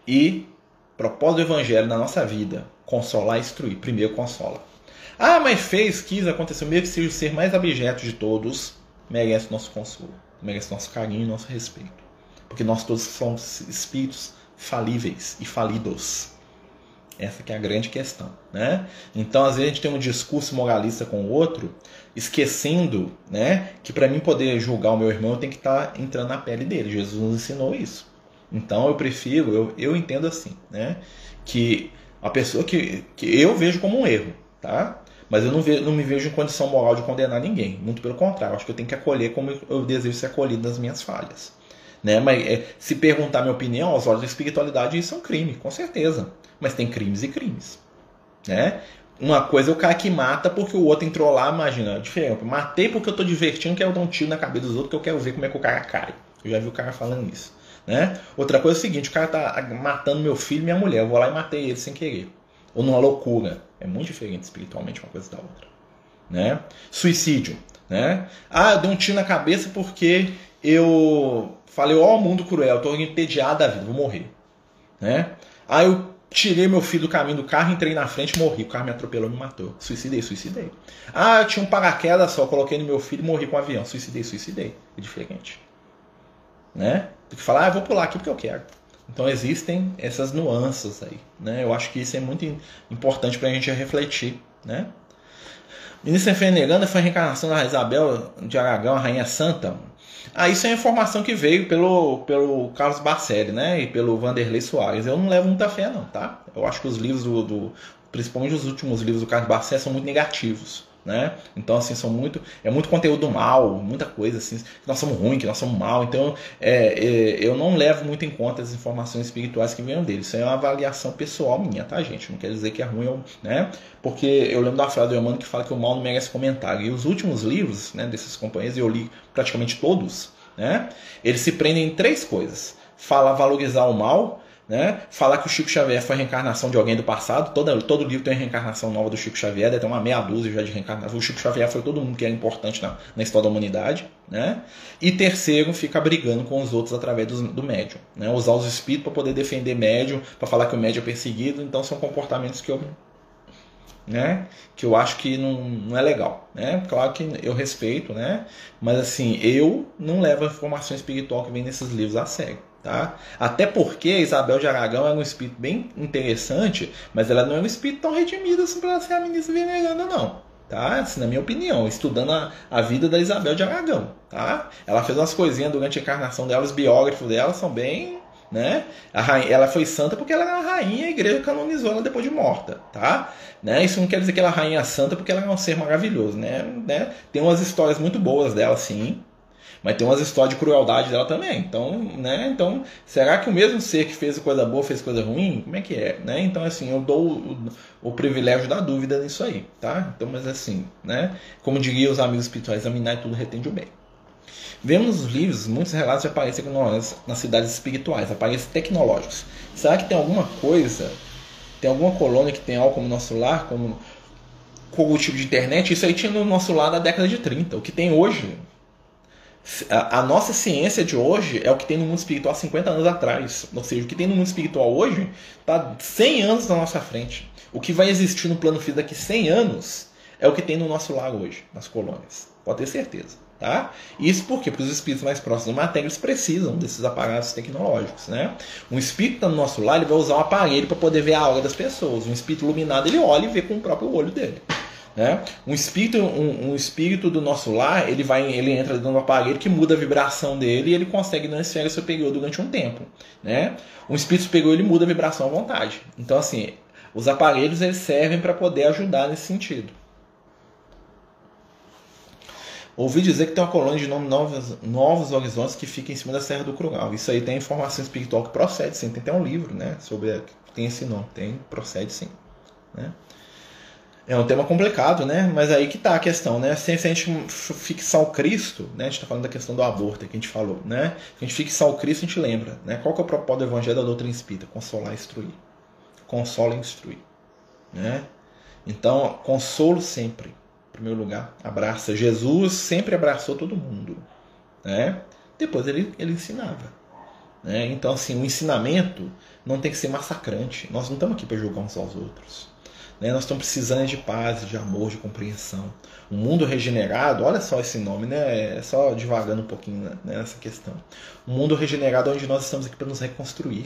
E propósito do Evangelho na nossa vida: consolar e instruir. Primeiro consola. Ah, mas fez, quis, aconteceu, mesmo que seja o ser mais abjeto de todos, merece nosso consolo, merece nosso carinho e nosso respeito. Porque nós todos somos espíritos falíveis e falidos. Essa que é a grande questão. Né? Então, às vezes, a gente tem um discurso moralista com o outro, esquecendo, né, que para mim poder julgar o meu irmão, eu tenho que estar entrando na pele dele. Jesus nos ensinou isso. Então, eu prefiro, eu, eu entendo assim, né, que a pessoa que, que eu vejo como um erro, tá? Mas eu não, vejo, não me vejo em condição moral de condenar ninguém. Muito pelo contrário, eu acho que eu tenho que acolher como eu desejo ser acolhido nas minhas falhas. Né? Mas é, se perguntar minha opinião, aos olhos da espiritualidade, isso é um crime, com certeza. Mas tem crimes e crimes. Né? Uma coisa é o cara que mata porque o outro entrou lá, imagina, diferente. Matei porque eu tô divertindo, quero dar um tiro na cabeça dos outros, que eu quero ver como é que o cara cai. Eu já vi o cara falando isso. Né? Outra coisa é o seguinte: o cara tá matando meu filho e minha mulher, eu vou lá e matei ele sem querer. Ou numa loucura. É muito diferente espiritualmente uma coisa da outra. Né? Suicídio. Né? Ah, eu dei um tiro na cabeça porque eu falei, ó, oh, mundo cruel, eu tô entediado da vida, vou morrer. Né? Ah, eu tirei meu filho do caminho do carro, entrei na frente e morri. O carro me atropelou e me matou. Suicidei, suicidei. Ah, eu tinha um paraquedas só, coloquei no meu filho e morri com um avião. Suicidei, suicidei. É diferente. Né? Tem que falar, ah, eu vou pular aqui porque eu quero. Então existem essas nuances aí, né? Eu acho que isso é muito importante para a gente refletir, né? Ministra Feneganda foi a reencarnação da Isabel de Aragão, a Rainha Santa. Ah, isso é informação que veio pelo, pelo Carlos Bacelli, né? E pelo Vanderlei Soares. Eu não levo muita fé, não, tá? Eu acho que os livros do, do principalmente os últimos livros do Carlos Bacelli são muito negativos. Né? Então assim, são muito, é muito conteúdo mal, muita coisa assim, que nós somos ruins, que nós somos mal. Então é, é, eu não levo muito em conta as informações espirituais que vêm dele. Isso é uma avaliação pessoal minha, tá, gente? Não quer dizer que é ruim, eu, né? Porque eu lembro da frase do Emmanuel que fala que o mal não merece comentário. E os últimos livros, né, desses companheiros, eu li praticamente todos, né? Eles se prendem em três coisas: fala valorizar o mal, né? Falar que o Chico Xavier foi a reencarnação de alguém do passado. Todo, todo livro tem uma reencarnação nova do Chico Xavier, deve ter uma meia dúzia já de reencarnação. O Chico Xavier foi todo mundo que era importante na, na história da humanidade, né? E terceiro, fica brigando com os outros através do, do médium, né? Usar os espíritos para poder defender médium, para falar que o médium é perseguido. Então são comportamentos que eu né? Que eu acho que não, não é legal, né? Claro que eu respeito, né? Mas assim, eu não levo a informação espiritual que vem nesses livros a sério, tá? Até porque Isabel de Aragão era um espírito bem interessante, mas ela não é um espírito tão redimido assim para ela ser a ministra veneranda, não. Tá? Assim, na minha opinião, estudando a, a vida da Isabel de Aragão, tá? Ela fez umas coisinhas durante a encarnação dela, os biógrafos dela são bem, né? A rainha, ela foi santa porque ela era uma rainha e a igreja canonizou ela depois de morta, tá? Né? Isso não quer dizer que ela é rainha santa porque ela é um ser maravilhoso, né? né? Tem umas histórias muito boas dela, sim, mas tem umas histórias de crueldade dela também. Então, né? Então, será que o mesmo ser que fez coisa boa fez coisa ruim? Como é que é, né? Então, assim, eu dou o, o privilégio da dúvida nisso aí, tá? Então, mas assim, né? Como diriam os amigos espirituais, examinar e tudo retende o bem. Vemos nos livros muitos relatos de aparência nas cidades espirituais, aparências tecnológicas. Será que tem alguma coisa, tem alguma colônia que tem algo como nosso lar, como algum tipo de internet? Isso aí tinha no nosso lar na década de trinta. O que tem hoje, a, a nossa ciência de hoje é o que tem no mundo espiritual há cinquenta anos atrás. Ou seja, o que tem no mundo espiritual hoje está cem anos na nossa frente. O que vai existir no plano físico daqui cem anos é o que tem no nosso lar hoje, nas colônias. Pode ter certeza. Tá? Isso porque para os espíritos mais próximos da matéria eles precisam desses aparatos tecnológicos, né? Um espírito no nosso lar ele vai usar um aparelho para poder ver a aura das pessoas. Um espírito iluminado ele olha e vê com o próprio olho dele, né? Um espírito, um, um espírito do nosso lar ele vai, ele entra dentro do aparelho que muda a vibração dele e ele consegue ir na esfera superior durante um tempo, né? Um espírito superior ele muda a vibração à vontade. Então assim, os aparelhos eles servem para poder ajudar nesse sentido. Ouvi dizer que tem uma colônia de nome Novos, Novos Horizontes que fica em cima da Serra do Curral. Isso aí tem informação espiritual que procede, sim. Tem até um livro, né, sobre tem esse nome, tem, procede sim, né? É um tema complicado, né? Mas aí que tá a questão, né? Se a gente fixar o Cristo, né? A gente tá falando da questão do aborto que a gente falou, né? Se a gente fixar o Cristo, a gente lembra, né? Qual que é o propósito do Evangelho da doutrina espírita? Consolar e instruir. Consola e instruir, né? Então, consolo sempre. Em primeiro lugar, abraça. Jesus sempre abraçou todo mundo, né? Depois ele, ele ensinava, né? Então assim, o ensinamento não tem que ser massacrante. Nós não estamos aqui para julgar uns aos outros, né? Nós estamos precisando de paz, de amor, de compreensão. O mundo regenerado, olha só esse nome, né? É só devagando um pouquinho nessa questão. O mundo regenerado é onde nós estamos aqui para nos reconstruir,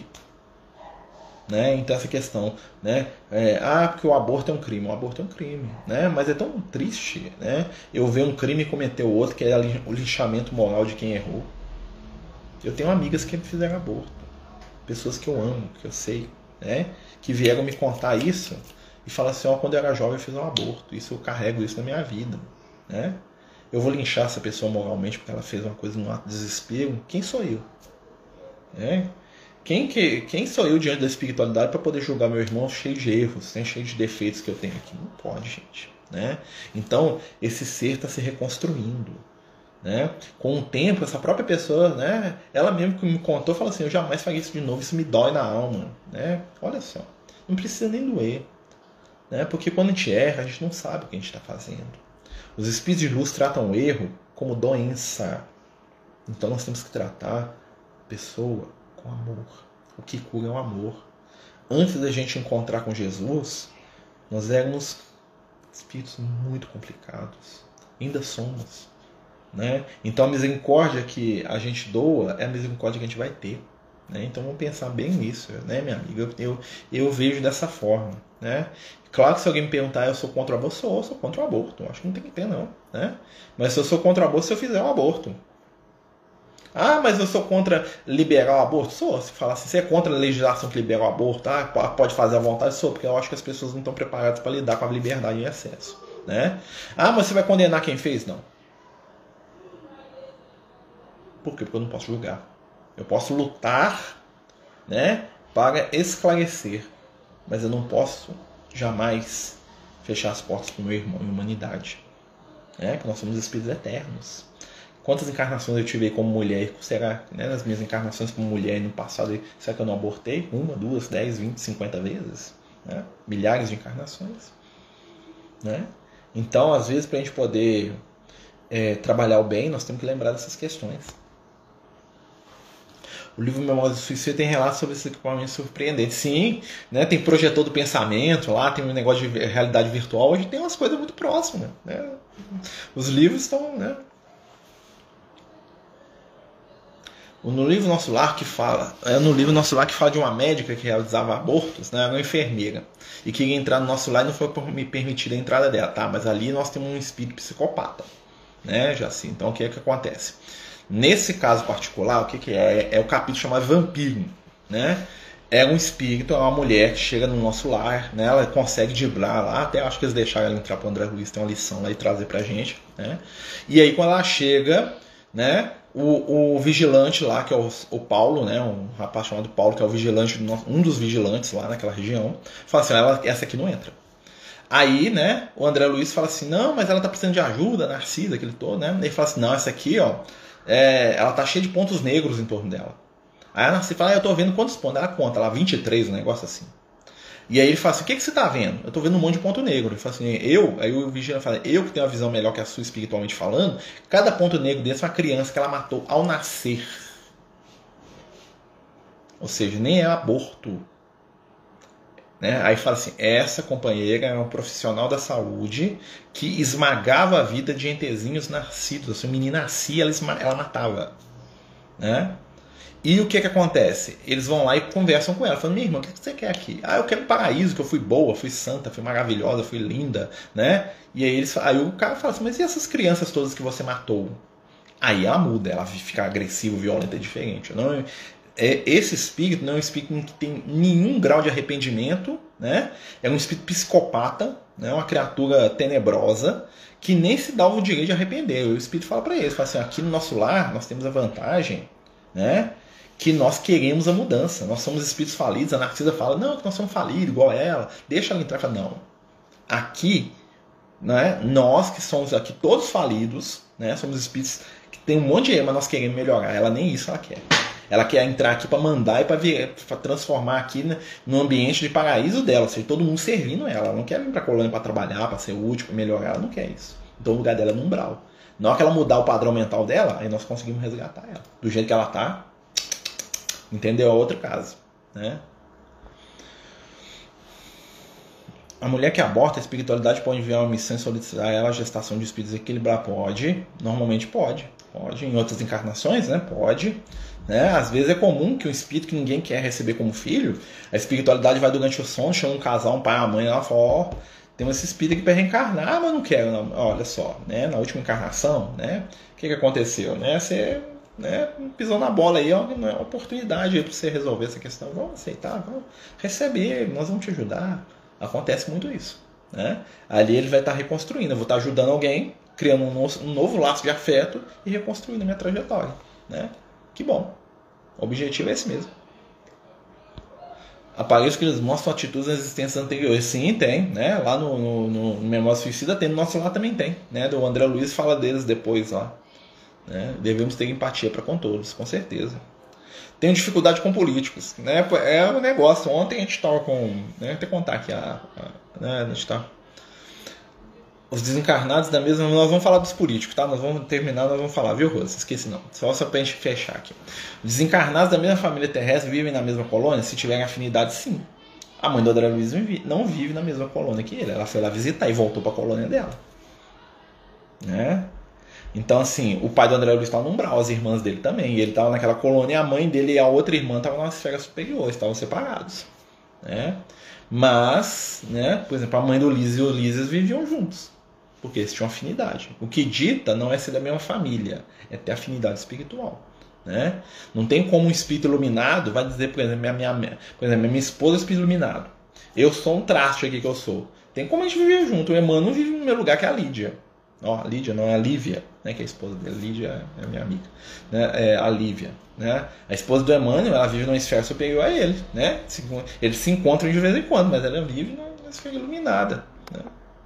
né? Então essa questão, né? É, ah, porque o aborto é um crime. O aborto é um crime, né? Mas é tão triste, né? Eu ver um crime cometer o outro, que é o linchamento moral de quem errou. Eu tenho amigas que fizeram aborto, pessoas que eu amo, que eu sei, né? Que vieram me contar isso e falar assim, ó, quando eu era jovem eu fiz um aborto. Isso eu carrego isso na minha vida, né? Eu vou linchar essa pessoa moralmente porque ela fez uma coisa num ato de desespero. Quem sou eu, né? Quem, que, quem sou eu diante da espiritualidade para poder julgar meu irmão cheio de erros, né, cheio de defeitos que eu tenho aqui? Não pode, gente, né? Então, esse ser está se reconstruindo, né? Com o tempo, essa própria pessoa, né, ela mesmo que me contou, fala assim, eu jamais faria isso de novo, isso me dói na alma, né? Olha só, não precisa nem doer, né? Porque quando a gente erra, a gente não sabe o que a gente está fazendo. Os espíritos de luz tratam o erro como doença. Então, nós temos que tratar a pessoa com amor. O que cura é o amor. Antes da gente encontrar com Jesus, nós éramos espíritos muito complicados. Ainda somos, né? Então a misericórdia que a gente doa é a misericórdia que a gente vai ter, né? Então vamos pensar bem nisso, né, minha amiga? Eu, eu, eu vejo dessa forma, né? Claro que se alguém me perguntar, eu sou contra o aborto, sou, eu sou contra o aborto. Eu acho que não tem que ter, não, né? Mas se eu sou contra o aborto, se eu fizer um aborto. Ah, mas eu sou contra liberar o aborto? Sou. Se falar assim, você é contra a legislação que libera o aborto, ah, pode fazer à vontade? Sou, porque eu acho que as pessoas não estão preparadas para lidar com a liberdade em excesso, né? Ah, mas você vai condenar quem fez? Não. Por quê? Porque eu não posso julgar. Eu posso lutar, né, para esclarecer, mas eu não posso jamais fechar as portas para o meu irmão em humanidade, né? Que nós somos espíritos eternos. Quantas encarnações eu tive como mulher? Será, né, nas minhas encarnações como mulher no passado, será que eu não abortei? Uma, duas, dez, vinte, cinquenta vezes? Né? Milhares de encarnações. Né? Então, às vezes, para a gente poder é, trabalhar o bem, nós temos que lembrar dessas questões. O livro Memórias do Suicídio tem relatos sobre esses equipamentos surpreendentes. Sim, né? Tem projetor do pensamento lá, tem um negócio de realidade virtual. Hoje tem umas coisas muito próximas, né? Os livros estão, né? No livro Nosso Lar que fala, é no livro Nosso Lar que fala de uma médica que realizava abortos, né? Era uma enfermeira e queria entrar no nosso lar e não foi me permitida a entrada dela, tá? Mas ali nós temos um espírito psicopata, né? Já assim, então o que é que acontece? Nesse caso particular, o que, que é? É o capítulo chamado Vampiro, né? É um espírito, é uma mulher que chega no nosso lar, né? Ela consegue driblar lá, até acho que eles deixaram ela entrar para o André Luiz, tem uma lição lá e trazer pra gente, né? E aí quando ela chega, né? O, o vigilante lá, que é o, o Paulo, né? Um rapaz chamado Paulo, que é o vigilante, um dos vigilantes lá naquela região, fala assim, ela, essa aqui não entra. Aí, né, o André Luiz fala assim, não, mas ela tá precisando de ajuda, Narcisa, aquele todo, né? Ele fala assim, não, essa aqui, ó, é, ela tá cheia de pontos negros em torno dela. Aí a Narcisa fala, ah, eu tô vendo quantos pontos? Ela conta, lá vinte e três, um negócio assim. E aí ele fala assim, o que, que você tá vendo? Eu tô vendo um monte de ponto negro. Ele fala assim, eu, aí o vigilante fala, eu que tenho uma visão melhor que a sua espiritualmente falando, cada ponto negro desse é uma criança que ela matou ao nascer. Ou seja, nem é aborto. Né? Aí fala assim, essa companheira é uma profissional da saúde que esmagava a vida de entezinhos nascidos. Se o menino nascia, ela, esma- ela matava. Né? E o que que acontece? Eles vão lá e conversam com ela, falando, minha irmã, o que você quer aqui? Ah, eu quero paraíso, que eu fui boa, fui santa, fui maravilhosa, fui linda, né? E aí, eles, aí o cara fala assim, mas e essas crianças todas que você matou? Aí ela muda, ela fica agressiva, violenta, é diferente. Não, é, esse espírito não é um espírito que tem nenhum grau de arrependimento, né? É um espírito psicopata, né? Uma criatura tenebrosa, que nem se dá o direito de arrepender. O espírito fala para eles, fala assim, aqui no nosso lar nós temos a vantagem, né? Que nós queremos a mudança, nós somos espíritos falidos. A Narcisa fala, não, que nós somos falidos, igual ela, deixa ela entrar. Fala, não, aqui, né, nós que somos aqui todos falidos, né, somos espíritos que tem um monte de erro, mas nós queremos melhorar. Ela nem isso ela quer. Ela quer entrar aqui para mandar e para transformar aqui, né, no ambiente de paraíso dela, ou seja, todo mundo servindo ela. Ela não quer vir para a colônia para trabalhar, para ser útil, para melhorar, ela não quer isso. Então o lugar dela é no umbral. Na hora que ela mudar o padrão mental dela, aí nós conseguimos resgatar ela. Do jeito que ela está, entendeu? É outro caso, né? A mulher que aborta, a espiritualidade pode enviar uma missão e solicitar a ela a gestação de espíritos equilibrar? Pode, normalmente pode. Pode, em outras encarnações, né? Pode. Né? Às vezes é comum que um espírito que ninguém quer receber como filho, a espiritualidade vai durante o sono, chama um casal, um pai, uma mãe, ela fala, ó, oh, tem esse espírito aqui para reencarnar, mas não quero, não. Olha só, né? Na última encarnação, né? O que, que aconteceu? Né? Você... Né, pisou na bola aí, ó, é uma oportunidade para você resolver essa questão. Vamos aceitar, vamos receber, nós vamos te ajudar. Acontece muito isso, né? Ali ele vai estar reconstruindo, eu vou estar ajudando alguém, criando um novo, um novo laço de afeto e reconstruindo a minha trajetória, né? Que bom, o objetivo é esse mesmo. Aparelhos que eles mostram atitudes nas existências anteriores. Sim, tem, né? Lá no, no, no Memória Suicida tem, no nosso lá também tem, né? Do André Luiz fala deles depois lá. Né? Devemos ter empatia para com todos, com certeza. Tenho dificuldade com políticos, né? É um negócio. Ontem a gente estava com, né? Vou te contar aqui a, a, né? A gente tá os desencarnados da mesma. Nós vamos falar dos políticos, tá? Nós vamos terminar, nós vamos falar, viu, Rosa? Esqueci não. Só só pra gente fechar aqui. Os desencarnados da mesma família terrestre vivem na mesma colônia? Se tiverem afinidade, sim. A mãe do André Luiz não vive na mesma colônia que ele. Ela foi lá visitar e voltou para a colônia dela, né? Então, assim, o pai do André Luiz estava no umbral, as irmãs dele também. E ele estava naquela colônia e a mãe dele e a outra irmã estavam na esfera superior, estavam separados, né? Mas, né, por exemplo, a mãe do Ulisses e o Ulisses viviam juntos, porque eles tinham afinidade. O que dita não é ser da mesma família, é ter afinidade espiritual, né? Não tem como um espírito iluminado vai dizer, por exemplo, minha, minha, por exemplo, minha esposa é espírito iluminado. Eu sou um traste aqui que eu sou. Tem como a gente viver junto. O Emmanuel vive no meu lugar, que é a Lídia. Ó, a Lídia, não é a Lívia, né, que é a esposa dele. Lídia é a minha amiga, né, é a Lívia, né? A esposa do Emmanuel, ela vive numa esfera superior a ele, né? Eles se encontram de vez em quando, mas ela vive numa esfera iluminada, né?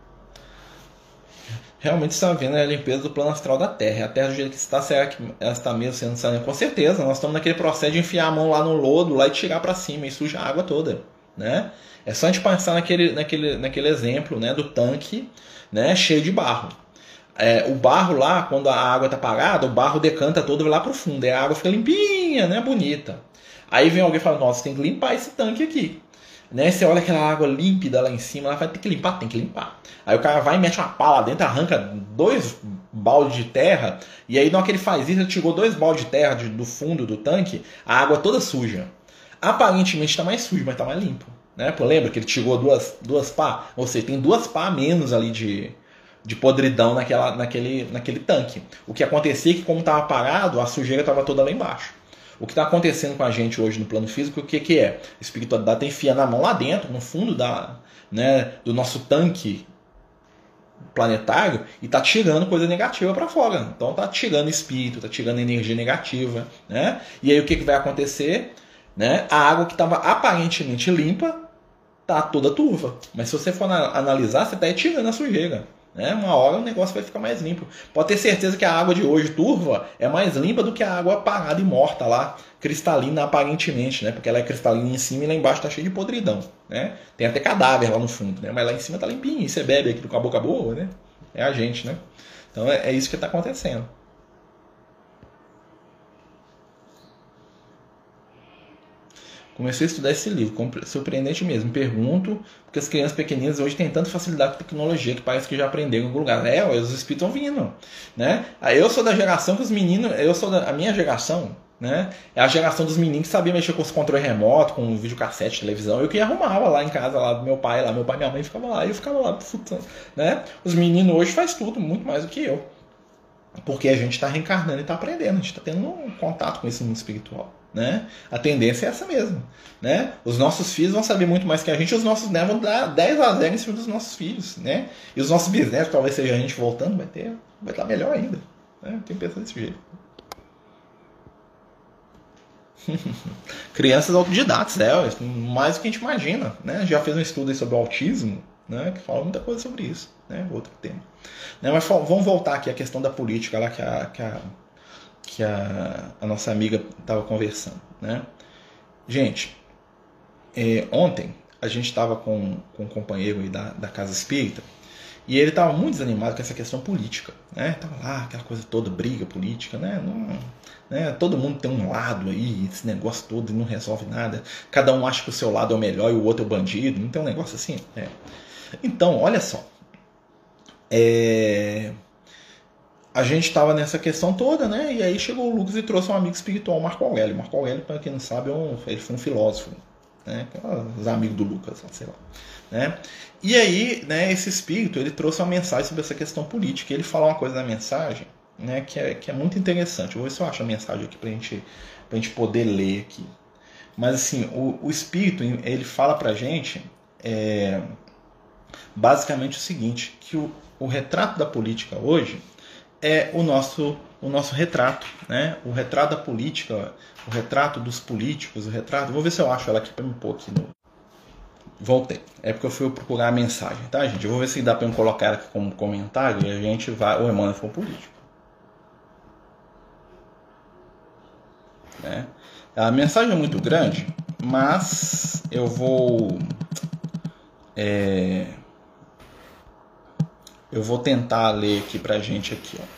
Realmente está vendo a limpeza do plano astral da Terra. A Terra do jeito que está, será que ela está mesmo sendo sanada? Com certeza, nós estamos naquele processo de enfiar a mão lá no lodo lá e tirar para cima e suja a água toda, né? É só a gente pensar naquele, naquele, naquele exemplo, né, do tanque, né, cheio de barro. É, o barro lá, quando a água está parada, o barro decanta todo lá para o fundo, e a água fica limpinha, limpinha, né? Bonita. Aí vem alguém e fala, nossa, tem que limpar esse tanque aqui. Né? Você olha aquela água límpida lá em cima, ela vai ter que limpar, tem que limpar. Aí o cara vai e mete uma pá lá dentro, arranca dois baldes de terra, e aí na hora que ele faz isso, ele tirou dois baldes de terra de, do fundo do tanque, a água toda suja. Aparentemente está mais sujo, mas está mais limpo. Né? Pô, lembra que ele tirou duas, duas pá? Ou seja, tem duas pá a menos ali de, de podridão naquela, naquele, naquele tanque. O que acontecia é que, como estava parado, a sujeira estava toda lá embaixo. O que está acontecendo com a gente hoje no plano físico, o que, que é? A espiritualidade está enfiando a mão lá dentro, no fundo da, né, do nosso tanque planetário, e está tirando coisa negativa para fora. Então está tirando espírito, está tirando energia negativa. Né? E aí o que, que vai acontecer? Né? A água que estava aparentemente limpa está toda turva. Mas se você for analisar, você está tirando a sujeira. Né? Uma hora o negócio vai ficar mais limpo. Pode ter certeza que a água de hoje turva é mais limpa do que a água parada e morta lá, cristalina aparentemente, né? Porque ela é cristalina em cima e lá embaixo está cheia de podridão. Né? Tem até cadáver lá no fundo, né? Mas lá em cima está limpinho. E você bebe aqui com a boca boa, né? É a gente, né? Então é, é isso que está acontecendo. Comecei a estudar esse livro, surpreendente mesmo. Pergunto, porque as crianças pequeninas hoje têm tanta facilidade com tecnologia que parece que já aprenderam em algum lugar. É, os espíritos estão vindo. Né? Eu sou da geração que os meninos, eu sou da, a minha geração, né? É a geração dos meninos que sabiam mexer com os controles remotos, com videocassete, televisão. Eu que arrumava lá em casa, lá do meu pai, lá, meu pai e minha mãe ficavam lá, e eu ficava lá, né? Os meninos hoje fazem tudo, muito mais do que eu. Porque a gente está reencarnando e está aprendendo, a gente está tendo um contato com esse mundo espiritual. Né? A tendência é essa mesmo. Né? Os nossos filhos vão saber muito mais que a gente, e os nossos netos vão dar dez a zero em cima dos nossos filhos. Né? E os nossos bisnetos, talvez seja a gente voltando, vai ter, vai estar melhor ainda. Né? Tem que pensar desse jeito. Crianças autodidatas, é, mais do que a gente imagina. Né? Já fez um estudo aí sobre o autismo, né? Que fala muita coisa sobre isso. Né? Outro tema. Né? Mas vamos voltar aqui à questão da política lá que a. Que a que a, a nossa amiga estava conversando, né? Gente, é, ontem a gente estava com, com um companheiro aí da, da Casa Espírita e ele estava muito desanimado com essa questão política, né? Tava lá, aquela coisa toda, briga política, né? Não, né? Todo mundo tem um lado aí, esse negócio todo não resolve nada. Cada um acha que o seu lado é o melhor e o outro é o bandido, não tem um negócio assim? É. Então, olha só. É... A gente estava nessa questão toda, né? E aí chegou o Lucas e trouxe um amigo espiritual, o Marco Aurélio. Marco Aurélio, para quem não sabe, é um, ele foi um filósofo, né? Os amigos do Lucas, sei lá. Né? E aí, né, esse espírito, ele trouxe uma mensagem sobre essa questão política. Ele fala uma coisa na mensagem, né, que, é, que é muito interessante. Eu vou ver se eu acho a mensagem aqui para gente, a gente poder ler aqui. Mas assim, o, o espírito, ele fala pra gente é, basicamente o seguinte, que o, o retrato da política hoje é o nosso, o nosso retrato, né? O retrato da política, o retrato dos políticos, o retrato... Vou ver se eu acho ela aqui para me pôr aqui no... Voltei. É porque eu fui procurar a mensagem, tá, gente? Eu vou ver se dá para eu colocar ela aqui como comentário e a gente vai... O Emmanuel foi um político. Né? A mensagem é muito grande, mas eu vou... É... Eu vou tentar ler aqui pra gente aqui, ó.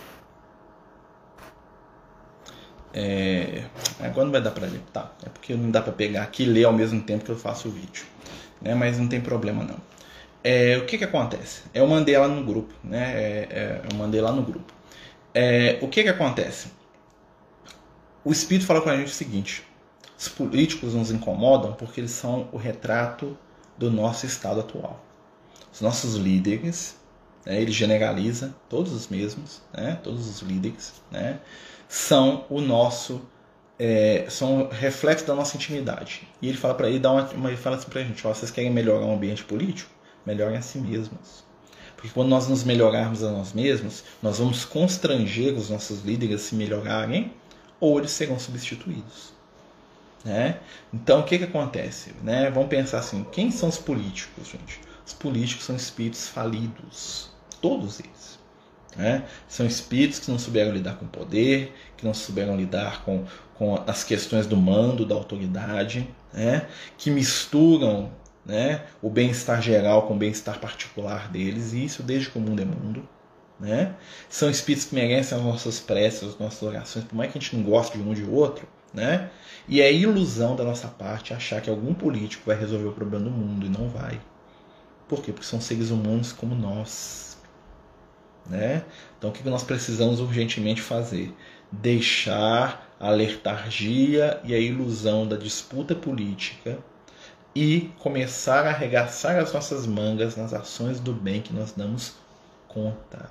É... Agora não vai dar pra ler, tá? É porque não dá pra pegar aqui e ler ao mesmo tempo que eu faço o vídeo, né? Mas não tem problema não. É... O que que acontece? Eu mandei ela no grupo, né? É... É... Eu mandei lá no grupo. É... O que que acontece? O Espírito fala pra gente o seguinte: os políticos nos incomodam porque eles são o retrato do nosso estado atual. Os nossos líderes... Né, ele generaliza todos os mesmos, né, todos os líderes, né, são o nosso, é, são reflexo da nossa intimidade. E ele fala para ele, dá uma, uma, ele fala assim para a gente: ó, vocês querem melhorar o ambiente político? Melhorem a si mesmos. Porque quando nós nos melhorarmos a nós mesmos, nós vamos constranger os nossos líderes a se melhorarem, ou eles serão substituídos. Né? Então o que que acontece? Né? Vamos pensar assim: quem são os políticos, gente? Os políticos são espíritos falidos. Todos eles. Né? São espíritos que não souberam lidar com o poder, que não souberam lidar com, com as questões do mando, da autoridade, né? Que misturam, né, o bem-estar geral com o bem-estar particular deles, e isso desde que o mundo é mundo. Né? São espíritos que merecem as nossas preces, as nossas orações, por mais que a gente não goste de um ou de outro, né? E é ilusão da nossa parte achar que algum político vai resolver o problema do mundo, e não vai. Por quê? Porque são seres humanos como nós, né? Então o que nós precisamos urgentemente fazer? Deixar a letargia e a ilusão da disputa política e começar a arregaçar as nossas mangas nas ações do bem que nós damos conta.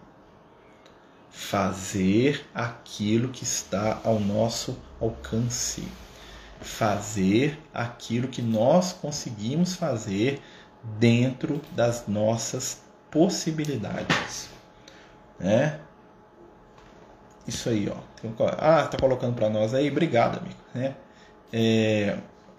Fazer aquilo que está ao nosso alcance. Fazer aquilo que nós conseguimos fazer dentro das nossas possibilidades, né? Isso aí, ó. Tem um... Ah, tá colocando para nós aí, obrigado, amigo, né? É...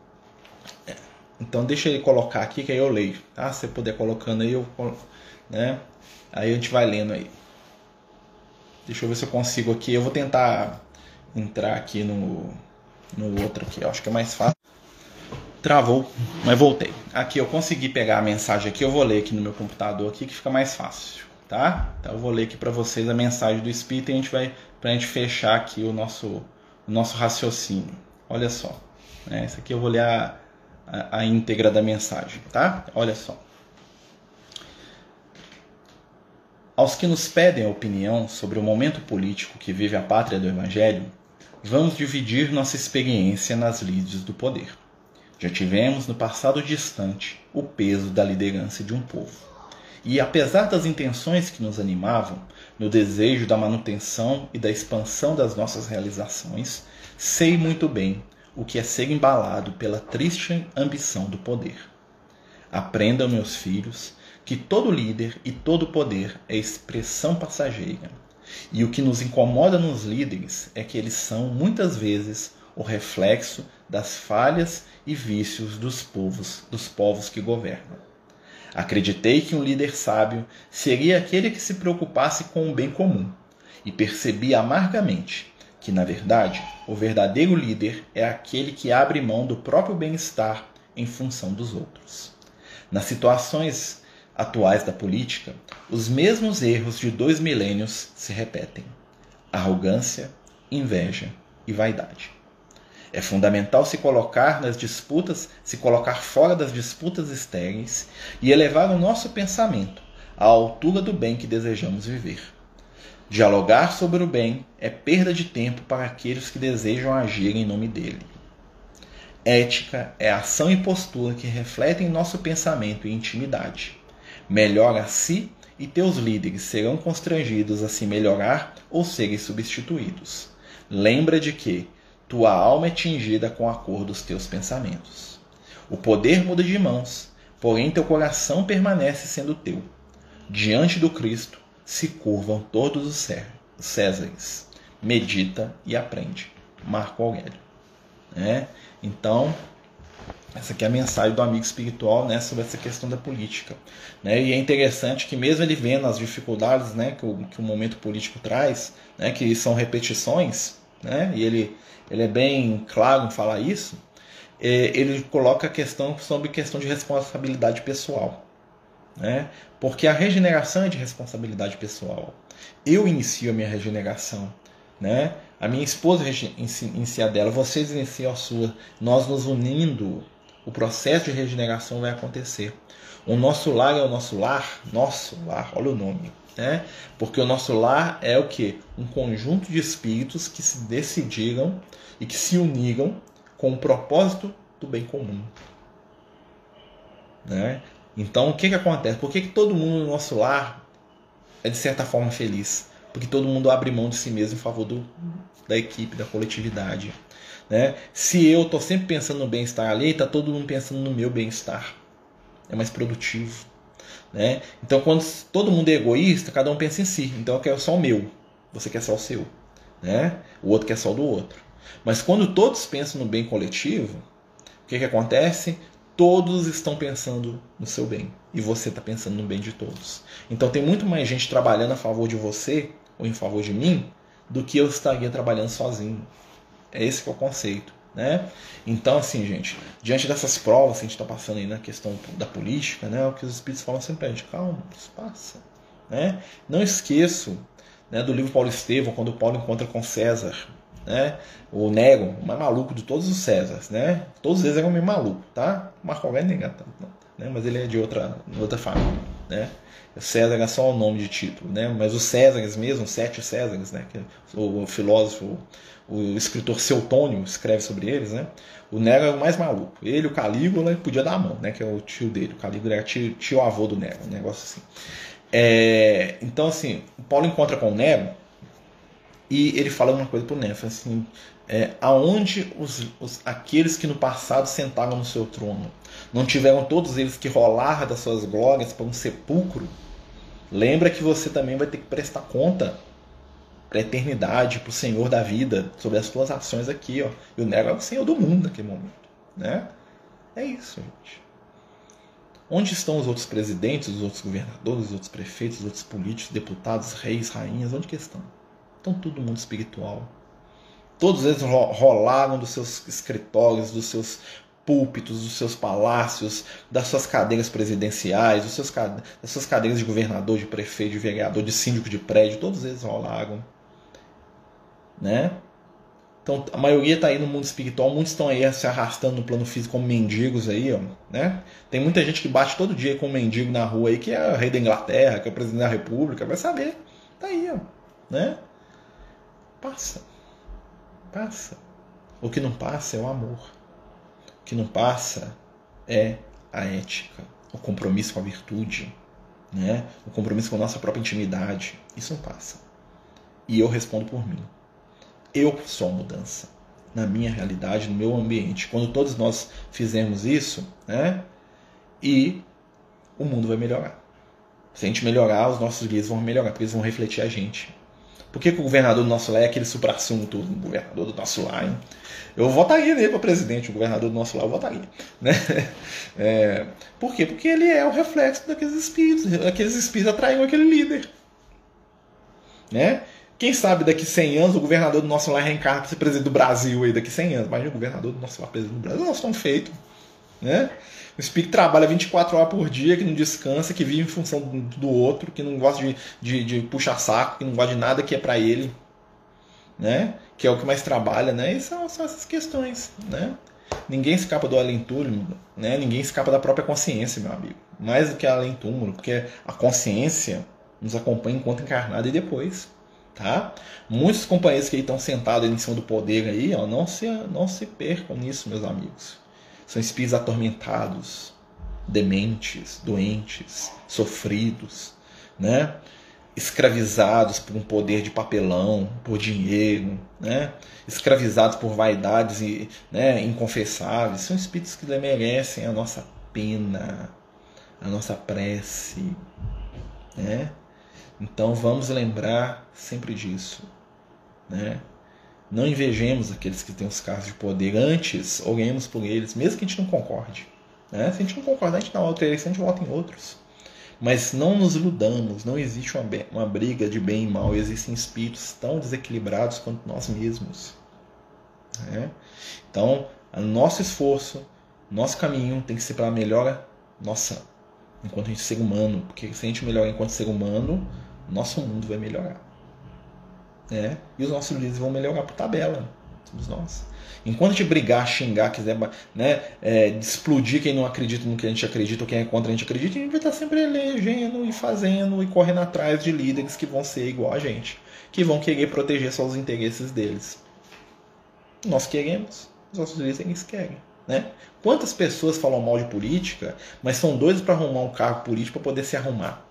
Então deixa ele colocar aqui que aí eu leio, tá? Se você puder colocando aí, eu, né? Aí a gente vai lendo aí. Deixa eu ver se eu consigo aqui. Eu vou tentar entrar aqui no no outro aqui. Eu acho que é mais fácil. Travou, mas voltei. Aqui eu consegui pegar a mensagem aqui. Eu vou ler aqui no meu computador aqui que fica mais fácil, tá? Então eu vou ler aqui para vocês a mensagem do Espírito e a gente vai pra gente fechar aqui o nosso o nosso raciocínio. Olha só, né? Essa aqui eu vou ler a, a, a íntegra da mensagem, tá? Olha só. Aos que nos pedem a opinião sobre o momento político que vive a pátria do Evangelho, vamos dividir nossa experiência nas lides do poder. Já tivemos no passado distante o peso da liderança de um povo. E apesar das intenções que nos animavam, no desejo da manutenção e da expansão das nossas realizações, sei muito bem o que é ser embalado pela triste ambição do poder. Aprendam, meus filhos, que todo líder e todo poder é expressão passageira. E o que nos incomoda nos líderes é que eles são, muitas vezes, o reflexo das falhas e vícios dos povos, dos povos que governam. Acreditei que um líder sábio seria aquele que se preocupasse com o bem comum, e percebi amargamente que, na verdade, o verdadeiro líder é aquele que abre mão do próprio bem-estar em função dos outros. Nas situações atuais da política, os mesmos erros de dois milênios se repetem: arrogância, inveja e vaidade. É fundamental se colocar nas disputas, se colocar fora das disputas estéreis e elevar o nosso pensamento à altura do bem que desejamos viver. Dialogar sobre o bem é perda de tempo para aqueles que desejam agir em nome dele. Ética é a ação e postura que refletem nosso pensamento e intimidade. Melhora a si e teus líderes serão constrangidos a se melhorar ou serem substituídos. Lembra de que tua alma é tingida com a cor dos teus pensamentos. O poder muda de mãos, porém teu coração permanece sendo teu. Diante do Cristo se curvam todos os Césares. Medita e aprende. Marco Aurélio. É? Então, essa aqui é a mensagem do amigo espiritual, né, sobre essa questão da política. Né? E é interessante que mesmo ele vendo as dificuldades, né, que, o, que o momento político traz, né, que são repetições, né, e ele, ele é bem claro em falar isso, é, ele coloca a questão sobre questão de responsabilidade pessoal. Né? Porque a regeneração é de responsabilidade pessoal. Eu inicio a minha regeneração. Né? A minha esposa inicia a dela, vocês iniciam a sua. Nós nos unindo, o processo de regeneração vai acontecer. O nosso lar é o nosso lar, nosso lar, olha o nome. Né? Porque o nosso lar é o quê? Um conjunto de espíritos que se decidiram e que se uniram com o propósito do bem comum. Né? Então, o que, que acontece? Por que, que todo mundo no nosso lar é, de certa forma, feliz? Porque todo mundo abre mão de si mesmo em favor do, da equipe, da coletividade. Né? Se eu estou sempre pensando no bem-estar ali, está todo mundo pensando no meu bem-estar. É mais produtivo. Né? Então, quando todo mundo é egoísta, cada um pensa em si. Então, eu quero só o meu. Você quer só o seu. Né? O outro quer só o do outro. Mas quando todos pensam no bem coletivo, o que, que acontece? Todos estão pensando no seu bem. E você está pensando no bem de todos. Então tem muito mais gente trabalhando a favor de você, ou em favor de mim, do que eu estaria trabalhando sozinho. É esse que é o conceito. Né? Então, assim, gente, diante dessas provas que a gente está passando aí na questão da política, né, o que os espíritos falam sempre pra gente: calma, isso passa. Né? Não esqueço, né, do livro Paulo Estevão, quando Paulo encontra com César. né? O Nero, o mais maluco de todos os Césares, né? Todos eles eram meio malucos, tá? Marco Aurélio nem tanto, né? Mas ele é de outra, outra família, né? O César é só o nome de título, né? Mas os Césares mesmo, os sete Césares, né? Que o filósofo, o escritor Seutônio escreve sobre eles, né? O Nero é o mais maluco. Ele, o Calígula, podia dar a mão, né? Que é o tio dele. O Calígula era tio, tio avô do Nero, um negócio assim. É, então, assim, o Paulo encontra com o Nero e ele fala uma coisa pro Nero, assim, é, aonde os, os, aqueles que no passado sentaram no seu trono não tiveram todos eles que rolar das suas glórias para um sepulcro, lembra que você também vai ter que prestar conta para a eternidade, para o Senhor da vida, sobre as suas ações aqui, ó. E o Nero é o Senhor do mundo naquele momento, né? É isso, gente. Onde estão os outros presidentes, os outros governadores, os outros prefeitos, os outros políticos, deputados, reis, rainhas? Onde que estão? Estão todo mundo espiritual. Todos eles rolaram dos seus escritórios, dos seus púlpitos, dos seus palácios, das suas cadeiras presidenciais, dos seus, das suas cadeiras de governador, de prefeito, de vereador, de síndico de prédio. Todos eles rolaram, né? Então a maioria está aí no mundo espiritual, muitos estão aí se arrastando no plano físico como mendigos aí, ó, né? Tem muita gente que bate todo dia com um mendigo na rua aí, que é o rei da Inglaterra, que é o presidente da República, vai saber. Tá aí, ó, né? Passa. Passa. O que não passa é o amor. O que não passa é a ética, o compromisso com a virtude, né? O compromisso com a nossa própria intimidade. Isso não passa. E eu respondo por mim. Eu sou a mudança na minha realidade, no meu ambiente. Quando todos nós fizermos isso, né? E o mundo vai melhorar. Se a gente melhorar, os nossos guias vão melhorar, porque eles vão refletir a gente. Por que, que o governador do nosso lar é aquele supra-assunto, o governador do nosso lar? Hein? Eu votaria nele para presidente, o governador do nosso lar eu votaria. Né? É, por quê? Porque ele é o reflexo daqueles espíritos. Aqueles espíritos atraíram aquele líder. Né? Quem sabe daqui cem anos o governador do nosso lar reencarna para ser presidente do Brasil aí, daqui cem anos. Imagina o governador do nosso lar presidente do Brasil. Nós estamos feitos. Né? O espírito trabalha vinte e quatro horas por dia, que não descansa, que vive em função do outro, que não gosta de, de, de puxar saco, que não gosta de nada que é para ele, né? Que é o que mais trabalha, né? E são, são essas questões, né? Ninguém escapa do além-túmulo, né? Ninguém escapa da própria consciência, meu amigo. Mais do que além-túmulo, porque a consciência nos acompanha enquanto encarnado e depois, tá? Muitos companheiros que estão sentados em cima do poder aí, ó, não se, não se percam nisso, meus amigos. São espíritos atormentados, dementes, doentes, sofridos, né? Escravizados por um poder de papelão, por dinheiro, né? Escravizados por vaidades, né, inconfessáveis. São espíritos que merecem a nossa pena, a nossa prece, né? Então vamos lembrar sempre disso, né? Não invejemos aqueles que têm os cargos de poder. Antes, oremos por eles, mesmo que a gente não concorde. Né? Se a gente não concordar, a gente dá outra eleição, a gente vota em outros. Mas não nos iludamos. Não existe uma, uma briga de bem e mal. Existem espíritos tão desequilibrados quanto nós mesmos. Né? Então, o nosso esforço, nosso caminho tem que ser para a melhora nossa, enquanto a gente ser humano. Porque se a gente melhorar enquanto ser humano, nosso mundo vai melhorar. É, e os nossos líderes vão melhorar por tabela. Somos nós. Enquanto a gente brigar, xingar, quiser, né, é, explodir quem não acredita no que a gente acredita ou quem é contra a gente acredita, a gente vai estar sempre elegendo e fazendo e correndo atrás de líderes que vão ser igual a gente, que vão querer proteger só os interesses deles. Nós queremos, os nossos líderes querem. Né? Quantas pessoas falam mal de política, mas são doidos para arrumar um cargo político para poder se arrumar?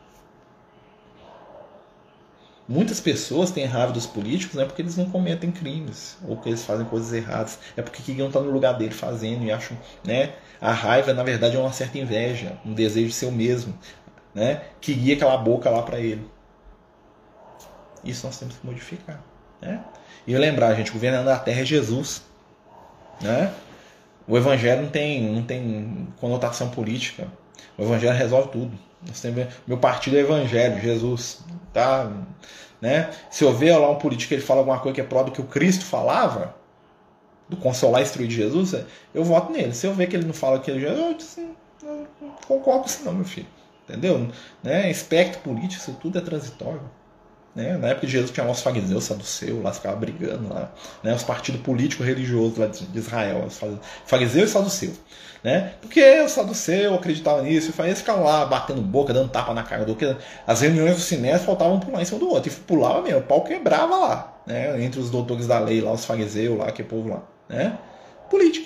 Muitas pessoas têm raiva dos políticos não é porque eles não cometem crimes ou porque eles fazem coisas erradas, é porque queriam estar no lugar dele fazendo e acham, né? A raiva na verdade é uma certa inveja, um desejo de ser o mesmo, né? Que guia aquela boca lá para ele. Isso nós temos que modificar, né? E lembrar, gente, o governador da terra é Jesus, né? O evangelho não tem, não tem conotação política. O evangelho resolve tudo. Nós temos, meu partido é evangelho, Jesus, tá? Né? Se eu ver lá um político que ele fala alguma coisa que é pró do que o Cristo falava, do consolar e instruir de Jesus, eu voto nele. Se eu ver que ele não fala que ele eu, assim, eu não concordo com isso não, meu filho. Entendeu? Né? Espectro político, isso tudo é transitório. Né? Na época de Jesus tinha lá os fariseus, saduceus, lá ficavam brigando, lá, né? Os partidos políticos religiosos lá de Israel, os fariseus e saduceus. Né? Porque o saduceu acreditava nisso, e o fariseu ficava lá batendo boca, dando tapa na cara do outro. As reuniões do Sinédrio faltavam pular em cima do outro, e pulava mesmo, o pau quebrava lá, né? Entre os doutores da lei, lá, os fariseus, lá, que povo lá. Né? Política.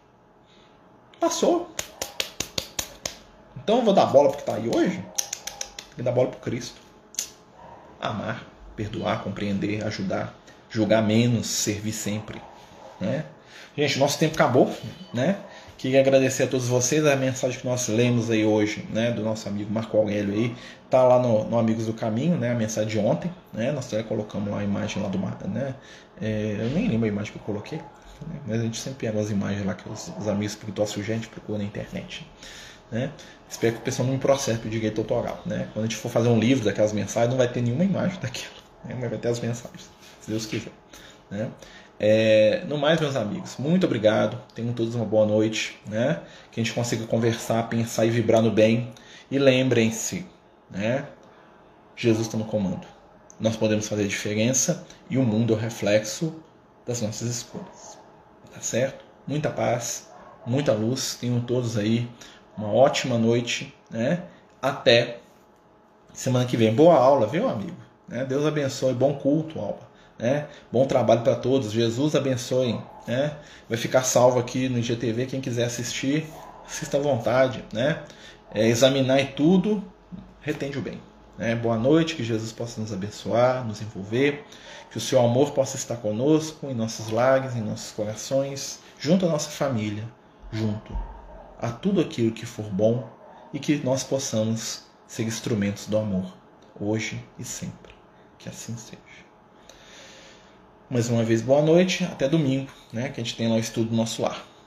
Passou. Então eu vou dar bola porque está aí hoje, e dar bola para o Cristo. Amar, perdoar, compreender, ajudar, julgar menos, servir sempre. Né? Gente, nosso tempo acabou. Né? Queria agradecer a todos vocês. A mensagem que nós lemos aí hoje, né, do nosso amigo Marco Aurélio aí, tá lá no, no Amigos do Caminho, né, a mensagem de ontem. Né? Nós até colocamos lá a imagem lá do mar. Né? É, eu nem lembro a imagem que eu coloquei, né? Mas a gente sempre pega as imagens lá que os, os amigos espirituais sugerem, a gente procura na internet. Né? Espero que o pessoal não me processe por direito autoral. Né? Quando a gente for fazer um livro daquelas mensagens, não vai ter nenhuma imagem daquilo, né? Mas vai ter as mensagens, se Deus quiser. Né? É, no mais, meus amigos, muito obrigado. Tenham todos uma boa noite. Né? Que a gente consiga conversar, pensar e vibrar no bem. E lembrem-se, né? Jesus está no comando. Nós podemos fazer diferença e o mundo é o reflexo das nossas escolhas. Tá certo? Muita paz, muita luz. Tenham todos aí uma ótima noite, né? Até semana que vem. Boa aula, viu, amigo? Né? Deus abençoe. Bom culto, Alba. Né? Bom trabalho para todos. Jesus abençoe. Né? Vai ficar salvo aqui no I G T V. Quem quiser assistir, assista à vontade. Né? É, examinar e tudo, retende o bem. Né? Boa noite. Que Jesus possa nos abençoar, nos envolver. Que o seu amor possa estar conosco, em nossos lares, em nossos corações, junto à nossa família, junto a tudo aquilo que for bom, e que nós possamos ser instrumentos do amor, hoje e sempre. Que assim seja. Mais uma vez, boa noite, até domingo, né, que a gente tem lá o estudo do nosso lar.